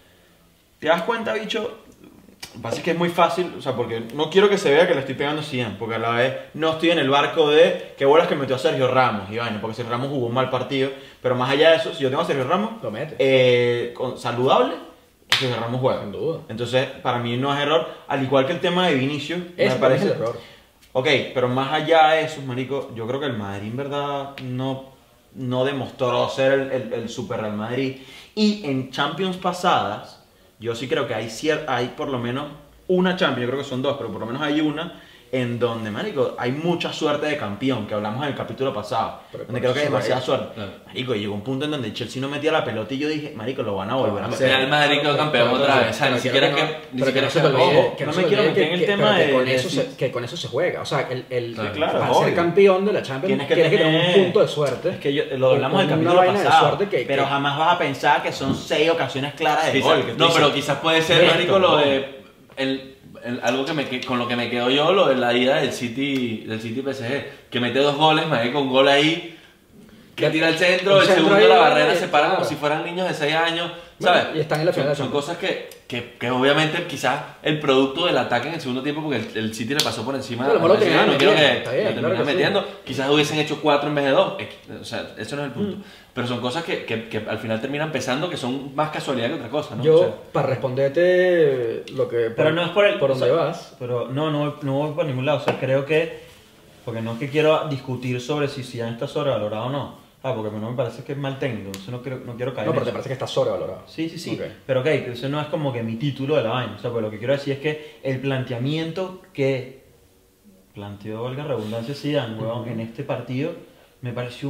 ¿te das cuenta, bicho? Lo que pasa es que es muy fácil, o sea, porque no quiero que se vea que le estoy pegando a Zidane, porque a la vez no estoy en el barco de qué bolas que metió a Sergio Ramos, y vaina, porque Sergio Ramos jugó un mal partido, pero más allá de eso, si yo tengo a Sergio Ramos Lo mete. eh, con- saludable, Sergio Ramos juega. Sin duda. Entonces, para mí no es error, al igual que el tema de Vinicius, Ese me para mí es parece... el error. Ok, pero más allá de eso, marico, yo creo que el Madrid en verdad no, no demostró ser el, el, el Super Real Madrid. Y en Champions pasadas, yo sí creo que hay, cier- hay por lo menos una Champions, yo creo que son dos, pero por lo menos hay una en donde, marico, hay mucha suerte de campeón, que hablamos en el capítulo pasado, Pero donde por creo que hay eso demasiada es. suerte. Claro. Marico, llegó un punto en donde el Chelsea no metía la pelota y yo dije, marico, lo van a volver a O meter. sea, el Madrid quedó campeón Pero- otra pero- vez. O sea, pero ni quiero siquiera que que. no- Ni pero que siquiera no se que. te olvide, ojo. que no no me se quiero olvide meter en el que- tema pero que de- con de eso si- se, que con eso se juega. O sea, el, el, Claro, claro, para ser obvio. campeón de la Champions Tienes que tienes que tener tener- un punto de suerte. Es que yo, lo hablamos Con del una capítulo vaina de pasado, suerte que- pero que- jamás vas a pensar que son seis ocasiones claras de Quizá- gol. que tú no, dices, pero quizás puede ser, "Resto, marico, lo ¿no?". de. El, el- algo que me, que- con lo que me quedo yo, lo de la ida del City del City P S G. Que mete dos goles, marico, un gol ahí. Que tira al centro, Un el centro segundo ahí, la barrera eh, se para como claro. si fueran niños de seis años. Bueno, ¿Sabes? y están en la final de la Son, son Champions. cosas que, que, que obviamente quizás el producto del ataque en el segundo tiempo, porque el, el City le pasó por encima. Sí, a lo mejor lo al P S G, terminaron no quiero metiendo, que está bien, lo claro terminen que sí. metiendo. Quizás hubiesen hecho cuatro en vez de dos. Es- O sea, eso no es el punto. Mm. Pero son cosas que, que, que al final terminan pesando, que son más casualidad que otra cosa, ¿no? Yo, O sea, para responderte lo que... Pero no es por el. Por o donde sea, vas. Pero no, no, no voy por ningún lado. O sea, creo que. Porque no es que quiero discutir sobre si Zidane está sobrevalorado o no. Ah, porque no me parece que es mal técnico. Entonces no, quiero, no quiero caer No, en pero te eso. parece que está sobrevalorado. Sí, sí, sí. Ok. Pero ok, eso no es como que mi título de la vaina. O sea, pues lo que quiero decir es que el planteamiento que planteó, valga la redundancia, Zidane, weón, en este partido me pareció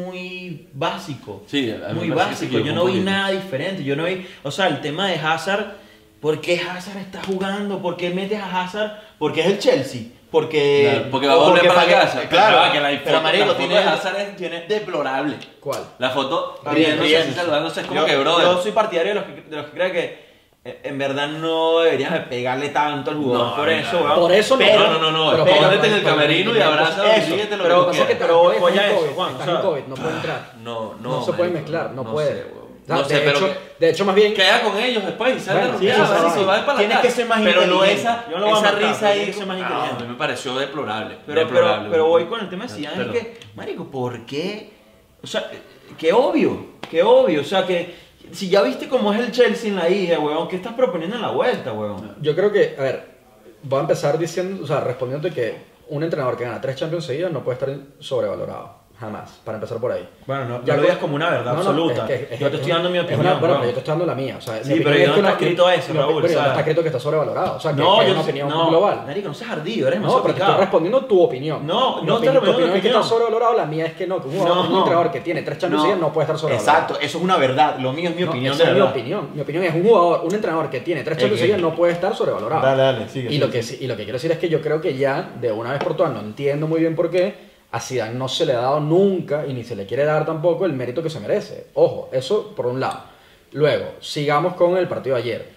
muy básico. Sí, a mí muy me parece que se básico. Yo equivocó no un vi poquito. nada diferente. Yo no vi, o sea, el tema de Hazard, ¿por qué Hazard está jugando? ¿Por qué metes a Hazard? Porque es el Chelsea. Porque, Claro, porque va a volver porque para que- casa. Claro, Pero que la foto- pero marico, la foto tiene, de Hazard es- tiene deplorable. ¿Cuál? La foto Está bien, riéndose así, riéndose. saludándose es como yo, que, brother. yo soy partidario de los que, de los que creen que eh, en verdad no deberías de pegarle tanto al jugador No, por no, eso, no. weón. Por eso no. Pero- no, no, no, Pero- escóndete en el pero- camerino y pero- abraza eso, lo pero- que Lo Lo que que pasa es que pero pero voy voy a a eso, COVID, Juan, estás o sea, en COVID, no puede entrar. No, no. No, se puede marico, mezclar, no, no puede. sé, weón. O sea, No de, sé, pero hecho, que- de hecho, más bien... Queda con ellos después y sale Bueno, a sí, rumbear, eso sí. marico, va para la Tienes casa. que ser más Pero no inteligente. esa, Yo no lo voy a esa matar, risa pero ahí. tienes que ser más No, inteligente. a mí me pareció deplorable. Pero, deplorable. pero, pero voy con el tema de Zidane, es Perdón. que, marico, ¿por qué? O sea, que obvio, que obvio, o sea, que si ya viste cómo es el Chelsea en la ida, weón, ¿qué estás proponiendo en la vuelta, weón? Yo creo que, a ver, voy a empezar diciendo, o sea, respondiéndote que un entrenador que gana tres Champions seguidas no puede estar sobrevalorado. Jamás, para empezar por ahí. Bueno, no, Ya no lo con- digas como una verdad No, no, absoluta. es que- es- yo te es estoy dando mi es opinión. una- bueno, bro. pero yo te estoy dando la mía. O sea, Sí, mi opinión pero es ¿y que dónde una- está escrito eso, mi- Raúl? pero ¿y O sea, dónde está escrito que está sobrevalorado? O sea, que, No, que es yo una no opinión no, global. Marico, no seas ardido, eres No, demasiado pero te estoy picado. respondiendo tu opinión. No, Mi no opinión- te tu respondo mi opinión es que está opinión. sobrevalorado, la mía es que no, que un, jugador- No, un no. entrenador que tiene tres Champions seguidas no puede estar sobrevalorado. Exacto, eso es una verdad. Lo mío es mi No, opinión esa de es mi verdad. opinión. Mi opinión es un jugador, un entrenador que tiene tres Eh, Champions eh. seguidas no puede estar sobrevalorado. Dale, dale, sigue, y, sigue. lo que, sí- y lo que quiero decir es que yo creo que ya, de una vez por todas, no entiendo muy bien por qué, a Zidane no se le ha dado nunca, y ni se le quiere dar tampoco, el mérito que se merece. Ojo, eso por un lado. Luego, sigamos con el partido de ayer.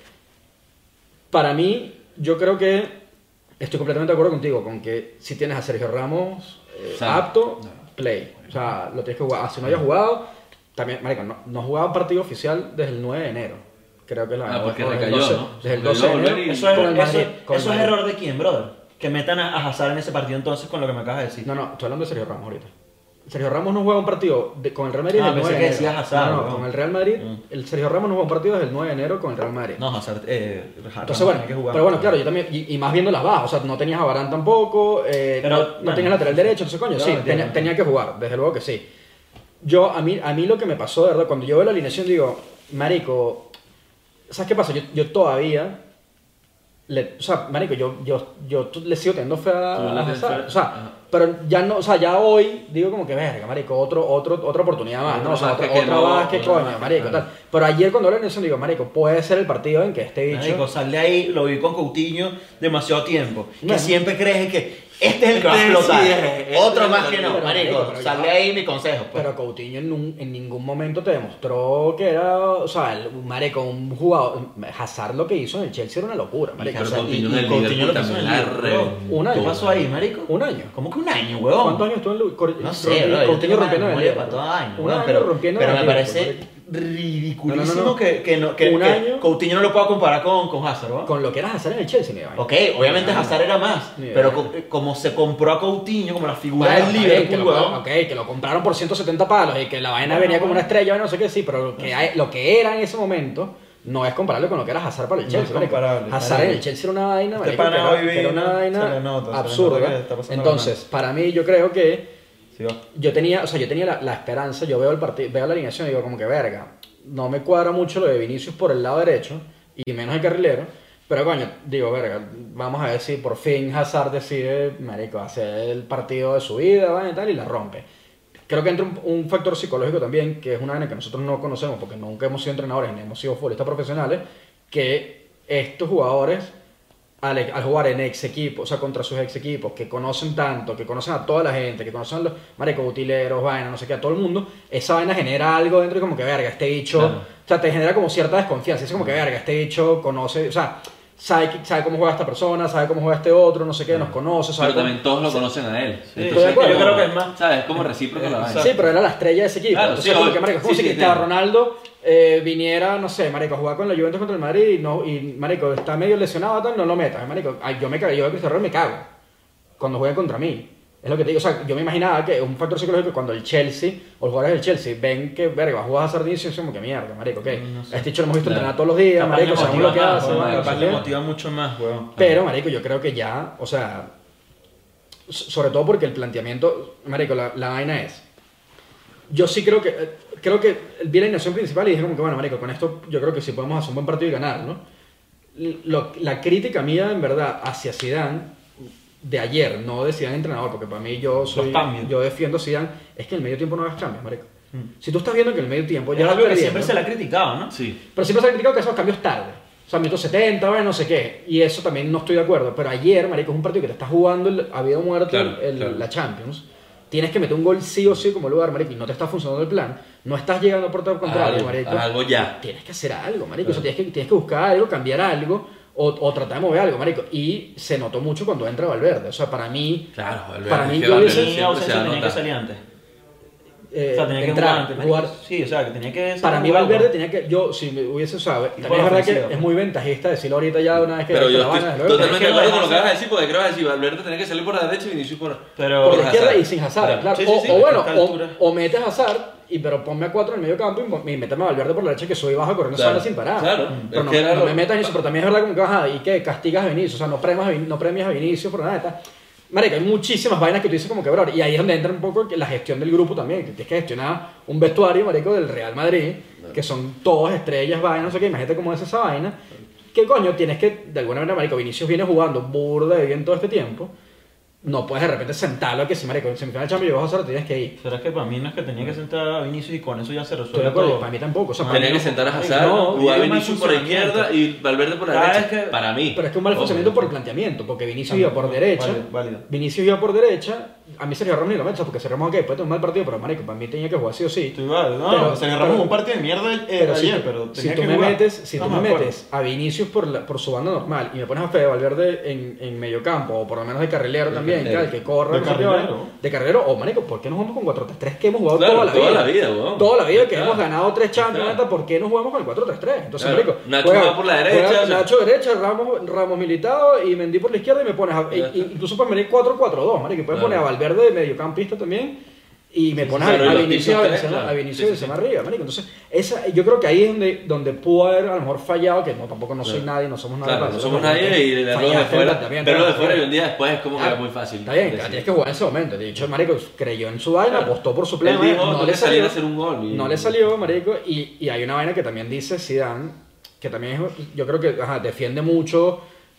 Para mí, yo creo que estoy completamente de acuerdo contigo, con que si tienes a Sergio Ramos eh, Sí. apto, play. O sea, lo tienes que jugar. Ah, si no hayas jugado, también, marico, no, no jugaba un partido oficial desde el nueve de enero. Creo que es la Ah, porque desde el recayó, doce ¿no? Desde el Recayó doce de volver enero. y- Eso es, con el eso, Madrid, con el eso es Madrid. error de quién, brother. Que metan a, a Hazard en ese partido entonces con lo que me acabas de decir. No, no, estoy hablando de Sergio Ramos ahorita. Sergio Ramos no juega un partido de- con el Real Madrid Ah, desde el pensé nueve de que enero. decías Hazard, No, no, weón. con el Real Madrid. Mm. El Sergio Ramos no juega un partido desde el nueve de enero con el Real Madrid. No, Hazard, eh, Ramos Entonces, bueno, tiene que jugar. pero bueno, claro, yo también, y, y más viendo las bajas, o sea, no tenías a Varane tampoco, eh, Pero, no, no bueno, tenías lateral derecho, entonces, coño, yo sí, lo entiendo. tenía, tenía que jugar, desde luego que sí. Yo, a mí, a mí lo que me pasó, de verdad, cuando yo veo la alineación, digo, marico, ¿sabes qué pasa? Yo, yo todavía, le, o sea, marico, yo, yo, yo t- le sigo teniendo fe a, Tú le a tienes Hazard, fe. o sea, Ajá. pero ya no, o sea, ya hoy digo como que, verga, marico, otro, otro, otra oportunidad más, Otro ¿no? O sea, Vázquez otra, que otra no, Vázquez, otro coño, Vázquez, marico, claro. tal. Pero ayer cuando veo la alineación digo, marico, puede ser el partido en que este bicho... Marico, sal de ahí, lo vi con Coutinho demasiado tiempo. Que Bueno. siempre crees que este es el que va a Este explotar. sí es, este Otro es más el que que- no, Pero, marico. marico, pero Sal ya de va. ahí mi consejo. Pues. Pero Coutinho en, un- en ningún momento te demostró que era, o sea, el, marico, un jugador, Hazard lo que hizo en el Chelsea era una locura, marico. Pero O sea, Coutinho y- en el y Coutinho Liverpool lo que hizo también en la el Liverpool. reventó. Un año. ¿Qué pasó ahí, marico? Un año. ¿Cómo que un año, huevón? ¿Cuántos años estuvo en Lu- Cor- No sé, rompi- bro, yo Coutinho tengo una rompiendo en el memoria para Liverpool? todo año, Un weón, año pero, rompiendo pero en me el parece Liverpool, ridiculísimo No, no, no, no. que, que, no, que, Un que año- Coutinho no lo pueda comparar con, con Hazard, ¿no? Con lo que era Hazard en el Chelsea, ni vaina. Ok, obviamente Ni vaina. Hazard era más, Ni pero vaina. co- como se compró a Coutinho, como la figura Bueno, del está bien, que Liverpool, lo, weón. ok, que lo compraron por ciento setenta palos y que la vaina Bueno, venía como bueno. una estrella, no sé qué, sí, pero lo que, hay- lo que era en ese momento no es comparable con lo que era Hazard para el No Chelsea. es marico. comparable, Hazard marico. en el Chelsea era una vaina, Este marico, que pana era, hoy que era una vino, vaina se le nota, se le absurda. nota que está pasando Entonces, para mí, yo creo que Sí, va. yo tenía, o sea, yo tenía la, la esperanza, yo veo el partido, veo la alineación y digo como que verga, no me cuadra mucho lo de Vinicius por el lado derecho y menos el carrilero, pero coño, digo, verga, vamos a ver si por fin Hazard decide, marico, hacer el partido de su vida, ¿vale? Y tal, y la rompe. Creo que entra un, un factor psicológico también, que es una vaina que nosotros no conocemos porque nunca hemos sido entrenadores ni hemos sido futbolistas profesionales, que estos jugadores al, al jugar en ex equipos, o sea, contra sus ex equipos, que conocen tanto, que conocen a toda la gente, que conocen a los maricos, utileros, vaina, no sé qué, a todo el mundo, esa vaina genera algo dentro y como que, verga, este bicho, Claro. o sea, te genera como cierta desconfianza, es como que, verga, este bicho conoce, o sea, sabe, que- sabe cómo juega esta persona, sabe cómo juega este otro, no sé qué, nos conoce, sabe Pero cómo- también todos lo conocen a él. Sí, Entonces, de acuerdo. yo creo que es más. ¿Sabes? Es como recíproco la vaina. Sí, pero era la estrella de ese equipo. Claro, Entonces, sí, como obvio. que, marico, es como Sí, si sí, Cristiano entiendo. Ronaldo eh, viniera, no sé, marico, a jugar con la Juventus contra el Madrid y, no, y marico, está medio lesionado, tal, no lo metas. Marico, ay, yo me cago, yo de Cristiano Ronaldo me cago cuando juega contra mí. Es lo que te digo, o sea, yo me imaginaba que un factor psicológico cuando el Chelsea o los jugadores del Chelsea ven que, verga, va a jugar a Sardinio y es como que mierda, marico, ¿qué? No sé. Este hecho lo hemos visto Claro. entrenar todos los días, Capaz marico, le sabemos motiva lo que más, hace, weón, no capaz sé le qué. motiva mucho más, weón. Pero, marico, yo creo que ya, o sea, so- sobre todo porque el planteamiento, marico, la, la vaina es, yo sí creo que, eh, creo que vi la alineación principal y dije como que, bueno, marico, con esto yo creo que sí podemos hacer un buen partido y ganar, ¿no? Lo- la crítica mía, en verdad, hacia Zidane, de ayer, no de Zidane entrenador, porque para mí yo soy, Los cambios. yo defiendo a Zidane, es que en el medio tiempo no hagas cambios, marico. Mm. Si tú estás viendo que en el medio tiempo Es ya vas algo que perdiendo, siempre se le ha criticado, ¿no? Sí. pero siempre se ha criticado que esos cambios tarde. O sea, minuto setenta, bueno, no sé qué. Y eso también no estoy de acuerdo. Pero ayer, marico, es un partido que te estás jugando el, a vida o muerte Claro, el- claro. la Champions. Tienes que meter un gol sí o sí como lugar, marico, y no te está funcionando el plan. No estás llegando por todo contrario, Algo, marico. algo ya. Tienes que hacer algo, marico. O sea, tienes que, tienes que buscar algo, cambiar algo o, o tratar de mover algo, marico. Y se notó mucho cuando entra Valverde. O sea, para mí, Claro, Valverde, Para mí es que yo Valverde hubiese- Y siempre se ausencia va a tenía que notar. salir antes. eh, O sea, tenía que entrar, jugar antes. jugar. Sí, o sea, que tenía que... Para ser mí jugado. Valverde tenía que, yo si me hubiese sabe, Y también por es verdad ofensiva, que es ¿no? muy ventajista decirlo ahorita ya de una vez que Pero que yo la estoy vaina, desde luego. totalmente que de lo acuerdo con dejas lo que vas a decir, porque creo que vas a decir, Valverde tiene que salir por la derecha y Vinicius por, Pero- por la izquierda Hazard. y sin Hazard, Claro. claro. Sí, sí, o, sí, o a bueno, esta o, altura. o metes a Hazard y pero ponme a cuatro en el medio campo y, pon- y méteme a Valverde por la derecha que sube y baja corriendo esa Claro, banda sin parar. claro. Pero Es no, que era no lo- me metas en eso, pero también es verdad como que baja y que castigas a Vinicius, o sea, no premias a, Vin- no premias a Vinicius por nada. Tal. Marico, hay muchísimas vainas que tú dices como que, bro, y ahí es donde entra un poco la gestión del grupo también, que tienes que gestionar un vestuario, marico, del Real Madrid, que son todas estrellas, vainas, no sé qué, imagínate cómo es esa vaina, que coño, tienes que, de alguna manera, marico, Vinicius viene jugando burda de bien todo este tiempo, no puedes de repente sentarlo que si, marico, en semifinal de Champions y vas a hacer, tienes que ir. ¿Será que para mí no es que tenía que sentar a Vinicius y con eso ya se Estoy de resuelve acuerdo, todo? para mí tampoco, o sea, para Tenía mí que no- sentar a Hazard, no, jugar y un mal Vinicius por la funcionamiento. izquierda y Valverde por la Cada derecha. vez que- Para mí. Pero es que un mal funcionamiento por el planteamiento, porque Vinicius iba por derecha, Válido, válido. Vinicius iba por derecha, a mí Sergio Ramos ni lo meto, porque Sergio Ramos, ok, puede tener un mal partido, pero marico, para mí tenía que jugar sí o sí. Estoy mal, no, Pero- se le agarramos pero- un partido de mierda eh, Pero si, ayer, pero si tenía tú que me jugar. metes, si tú Estamos me de acuerdo. metes a Vinicius por, la- por su banda normal y me pones a Fede Valverde en, en medio campo, o por lo menos de carrilero De también, carrilero. tal, que corre, De no sé qué carrilero. vaina, de carrilero, o marico, ¿por qué no jugamos con cuatro tres tres que hemos jugado Claro, toda la vida? toda la vida, weón. Toda la vida que Claro. hemos ganado tres Champions, Claro. ¿por qué no jugamos con el cuatro tres tres? Entonces, Claro. marico, Nacho va por la derecha, juega o sea. Nacho derecha, Ramos, Ramos Militado y Mendy por la izquierda y me pones a, Ya y- está. incluso puedes venir cuatro cuatro dos, marico, puedes Claro. poner a Valverde de mediocampista también. Y me Sí, pones sí, a, claro, a y los Vinicius, a tipos Benzema, tres, claro. a Vinicius Sí, y sí, Benzema sí. arriba, marico. Entonces, esa, yo creo que ahí es donde, donde pudo haber a lo mejor fallado, que no, tampoco no soy Claro. nadie, no somos nadie. Claro, para no hacer somos eso, nadie y el error de fallaste en fuera. planteamiento, Pero de ¿no? fuera y un día después es como que Ah, es muy fácil. Está bien, decir. tienes que jugar en ese momento. De hecho, marico creyó en su vaina, Claro. apostó por su Él plan. dijo, no "Tengo le que salir salió, a hacer un gol", y- no le salió, marico. Y, y hay una vaina que también dice Zidane, que también es, yo creo que ajá, defiende mucho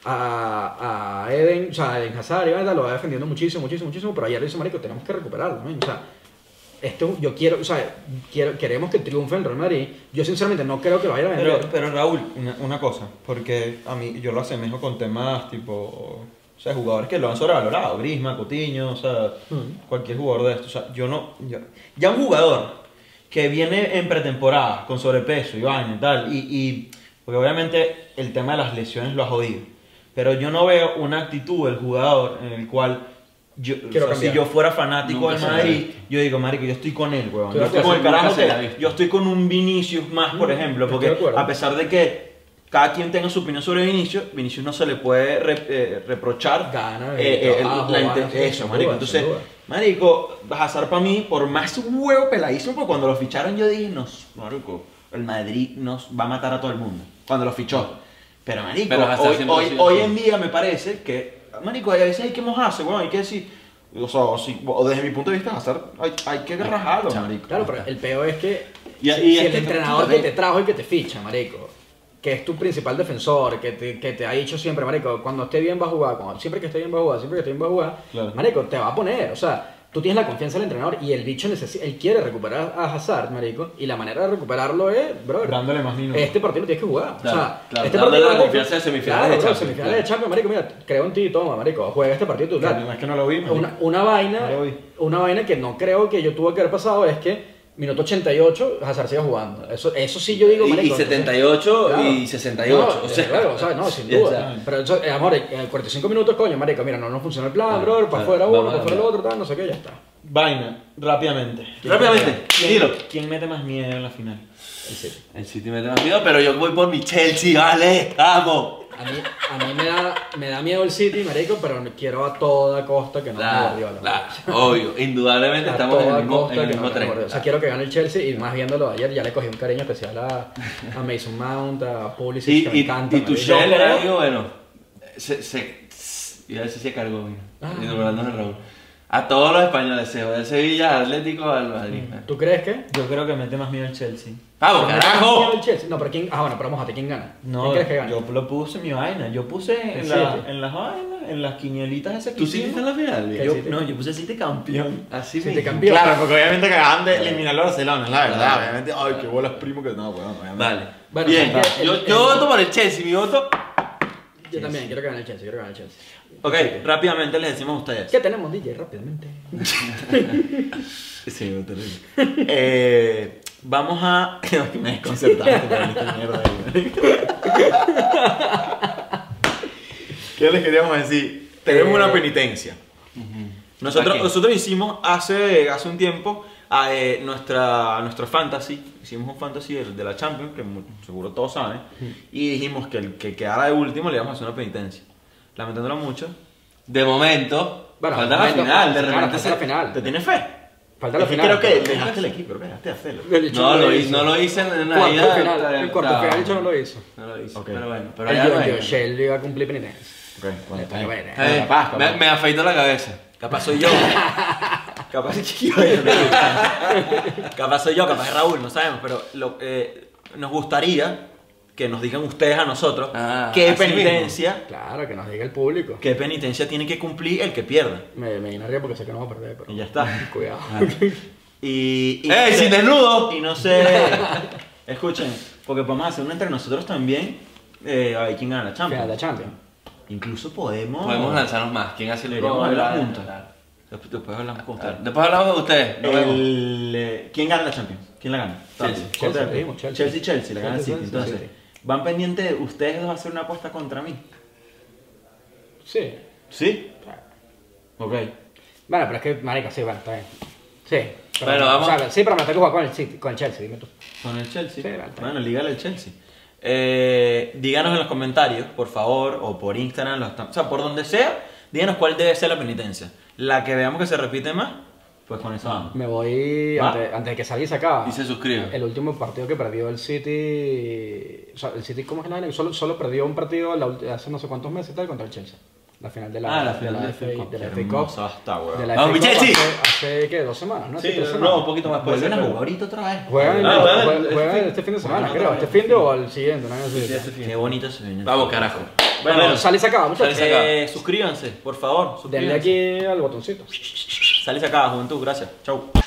a, a Eden, o sea, a Eden Hazard, y vaina, lo va defendiendo muchísimo, muchísimo, muchísimo. Pero ayer dice, marico, tenemos que recuperarlo, ¿no? O sea, esto, yo quiero, o sea, quiero, queremos que triunfe el Real Madrid. Yo sinceramente no creo que lo vaya a vender. Pero, pero Raúl, una, una cosa, porque a mí yo lo asemejo con temas tipo, o sea, jugadores que lo han sobrevalorado, Griezmann, Coutinho, o sea, Mm. cualquier jugador de estos. O sea, yo no, yo- ya un jugador que viene en pretemporada con sobrepeso y vaina y tal, y, y porque obviamente el tema de las lesiones lo ha jodido, pero yo no veo una actitud del jugador en el cual yo, o Quiero sea, si cambiar. yo fuera fanático Nunca del se la Madrid, vi. yo digo, marico, yo estoy con él, weón. Estoy Yo de estoy con el acuerdo, carajo nunca se la que, vi. yo estoy con un Vinicius más, por Mm, ejemplo, estoy porque de acuerdo. a pesar de que cada quien tenga su opinión sobre Vinicius, Vinicius no se le puede re- eh, reprochar Gana, eh, eh, el- trabajo, la gana, inte- sí, eso, sin marico. duda, Entonces, sin duda. marico, Hazard para mí, por más huevo peladísimo, porque cuando lo ficharon yo dije, nos, marico, el Madrid nos va a matar a todo el mundo. Cuando lo fichó. Pero marico, Pero Hazard hoy, siempre ha hoy, sido hoy así. en día me parece que, marico, a veces hay que mojarse, bueno, hay que decir, o sea, o si- o desde mi punto de vista, Hazard, hay, hay que rajarlo, marico. Claro, pero el peor es que Y- si, y si es el que- entrenador que te trajo y que te ficha, marico, que es tu principal defensor, que te, que te ha dicho siempre, marico, cuando esté bien va a jugar, cuando, siempre que esté bien va a jugar, siempre que esté bien va a jugar, Claro. marico, te va a poner, o sea, tú tienes la confianza del entrenador y el bicho necesita, él quiere recuperar a Hazard, marico, y la manera de recuperarlo es, bro, Dándole más minutos. este partido lo tienes que jugar. Claro, o sea, claro, este dándole partido, la marico, confianza de semifinales claro, de bro, Champions, semifinales claro. de Champions, marico, mira, creo en ti, toma, marico, juega este partido titular. No, es que no lo vi, marico. Una, una vaina, No lo vi. una vaina que no creo que yo tuve que haber pasado es que minuto ochenta y ocho Hazard sigue jugando. Eso, eso sí yo digo, Y, y marico, setenta y ocho claro. y sesenta y ocho. No, o sea, claro, o sea, no, sin ya duda. está. Pero eso, eh, amor, en cuarenta y cinco minutos, coño, marico, mira, no nos funciona el plan, Claro, bro, para claro, afuera uno, vamos para a afuera el hablar. otro, tal, no sé qué, ya está. Vaina, rápidamente. Rápidamente, ¿Quién, dilo. ¿Quién mete más miedo en la final? El City. El City me da miedo, pero yo voy por mi Chelsea, vale, vamos. A mí, a mí me, da, me da miedo el City, marico, pero quiero a toda costa que no me Claro, Guardiola. claro, obvio, indudablemente A estamos en toda el mismo, costa en el que no mismo me tren. Guardiola. O sea, quiero que gane el Chelsea y más viéndolo ayer ya le cogí un cariño especial a, a Mason Mount, a Pulisic, Y, que me y, encanta. y marico. Tuchel Yo era creo- algo bueno. Se, se, iba a decir se cargó, mira. Ah. Y nombrando a Raúl. A todos los españoles, se va del Sevilla, al Atlético, al Madrid. ¿Tú crees que? Yo creo que mete más miedo el Chelsea. ¡Vamos, ¿Quién carajo! gana el Chelsea? No, pero quién. Ah, bueno, pero vamos a ver quién gana. No, ¿Quién crees que gana? yo lo puse en mi vaina. Yo puse en, ¿El la- City? en las vainas, en las quinielitas esas que ¿Tú sí hicimos. viste en la final? ¿Qué? Yo- Yo, City? no, yo puse City campeón. Así Si te mismo. cambió. Claro, porque obviamente que acaban de eliminar a Barcelona, es la verdad. Claro. Obviamente, ay, qué bolas primo que no, bueno, obviamente. Vale. Bueno, Bien, o sea, el- yo, el- yo el- voto por el Chelsea, mi voto. Yo también, quiero que gane el Chelsea, quiero que gane el Chelsea. Ok, rápidamente les decimos a ustedes. ¿Qué tenemos, D J? Rápidamente. Sí, me terrible. Eh, vamos a. No, que me desconcertaste con esta mierda ahí, marico. ¿Qué les queríamos decir? Tenemos Eh, una penitencia. Nosotros, ¿Para qué? nosotros hicimos hace, hace un tiempo a, eh, nuestra, nuestra fantasy. Hicimos un fantasy de, de la Champions, que mu- seguro todos saben. Y dijimos que el que quedara de último le íbamos a hacer una penitencia. Lamentándolo mucho. De momento, Bueno, falta de la momento, final, de claro, repente falta la se... final. ¿Te tienes fe? Falta la Es que final. Creo que dejaste el equipo, creo que dejaste de hacerlo. El Licho No, lo hizo. hice, no lo hice en una Cuarto ida. final, está- el cuarto está- final Licho no lo hizo. No lo hice, Ok. pero bueno. Pero El ya yo, no yo, es. Shell iba a cumplir penitencia. Ok, bueno, está bien. Bueno, Eh, capaz, capaz. me, me afeito la cabeza. Capaz soy yo. Capaz soy yo. Capaz soy yo, capaz es Raúl, no sabemos. Pero lo, eh, nos gustaría que nos digan ustedes a nosotros Ah, qué así penitencia, Claro, que nos diga el público. qué penitencia tiene que cumplir el que pierda. Me, me vine arriba porque sé que no vamos a perder, pero... Y ya está. Cuidado. Y, y ¡Ey, sin desnudo! Y no sé. Escuchen, porque podemos hacer una entre nosotros también. Eh, a ver quién gana la Final Champions. de Champions. Incluso podemos. Podemos lanzarnos más. ¿Quién hace el Deberíamos pro? hablar La- juntos. Después, después hablamos con ustedes. Después hablamos de ustedes. Nos vemos. El, eh, ¿Quién gana la Champions? ¿Quién la gana? Chelsea. Corte Chelsea, de- dijimos, Chelsea. Chelsea, Chelsea, la gana el Chelsea, City. Chelsea, Entonces, City. van pendientes, ustedes dos a hacer una apuesta contra mí. Sí. ¿Sí? Ok. Bueno, pero es que, marica, sí, bueno, está bien. Sí. Pero, Bueno, vamos. o sea, sí, pero me tengo que jugar con el City, con el Chelsea, dime tú. Con el Chelsea. Sí, vale, está Bueno, lígale al Chelsea. Eh, díganos en los comentarios, por favor, o por Instagram, los tam- o sea, por donde sea, díganos cuál debe ser la penitencia. La que veamos que se repite más, pues con eso vamos. Me voy, ¿Va? antes, antes de que salga y se acaba. Y se suscribe. El último partido que perdió el City. O sea, el City, ¿cómo es que la vaina? Solo, solo perdió un partido la ulti- hace no sé cuántos meses tal contra el Chelsea. La final de la, Ah, la final de de la F A Cup. de la Qué F A Cup. hermosa está, weón. De la ¡Vamos, F A Cup Chelsea! hace, hace, ¿qué? ¿Dos semanas? ¿no? Sí, Hace tres no, semanas. un poquito más puede ser. Vuelven a pero- jugar ahorita otra vez. Juegan, Ah, juegan, juegan juegan este fin. este fin de semana, Juegan creo. otra Este vez. fin de o al siguiente, ¿no? Sí, Sí, ese fin. Qué bonito se viene. Vamos, carajo. Bueno, Bueno, sale y se acaba, muchachos. Sale y se acaba. Eh, suscríbanse, por favor. Denle Suscríbanse. aquí al botoncito. Sale y se acaba, juventud. Gracias. Chau.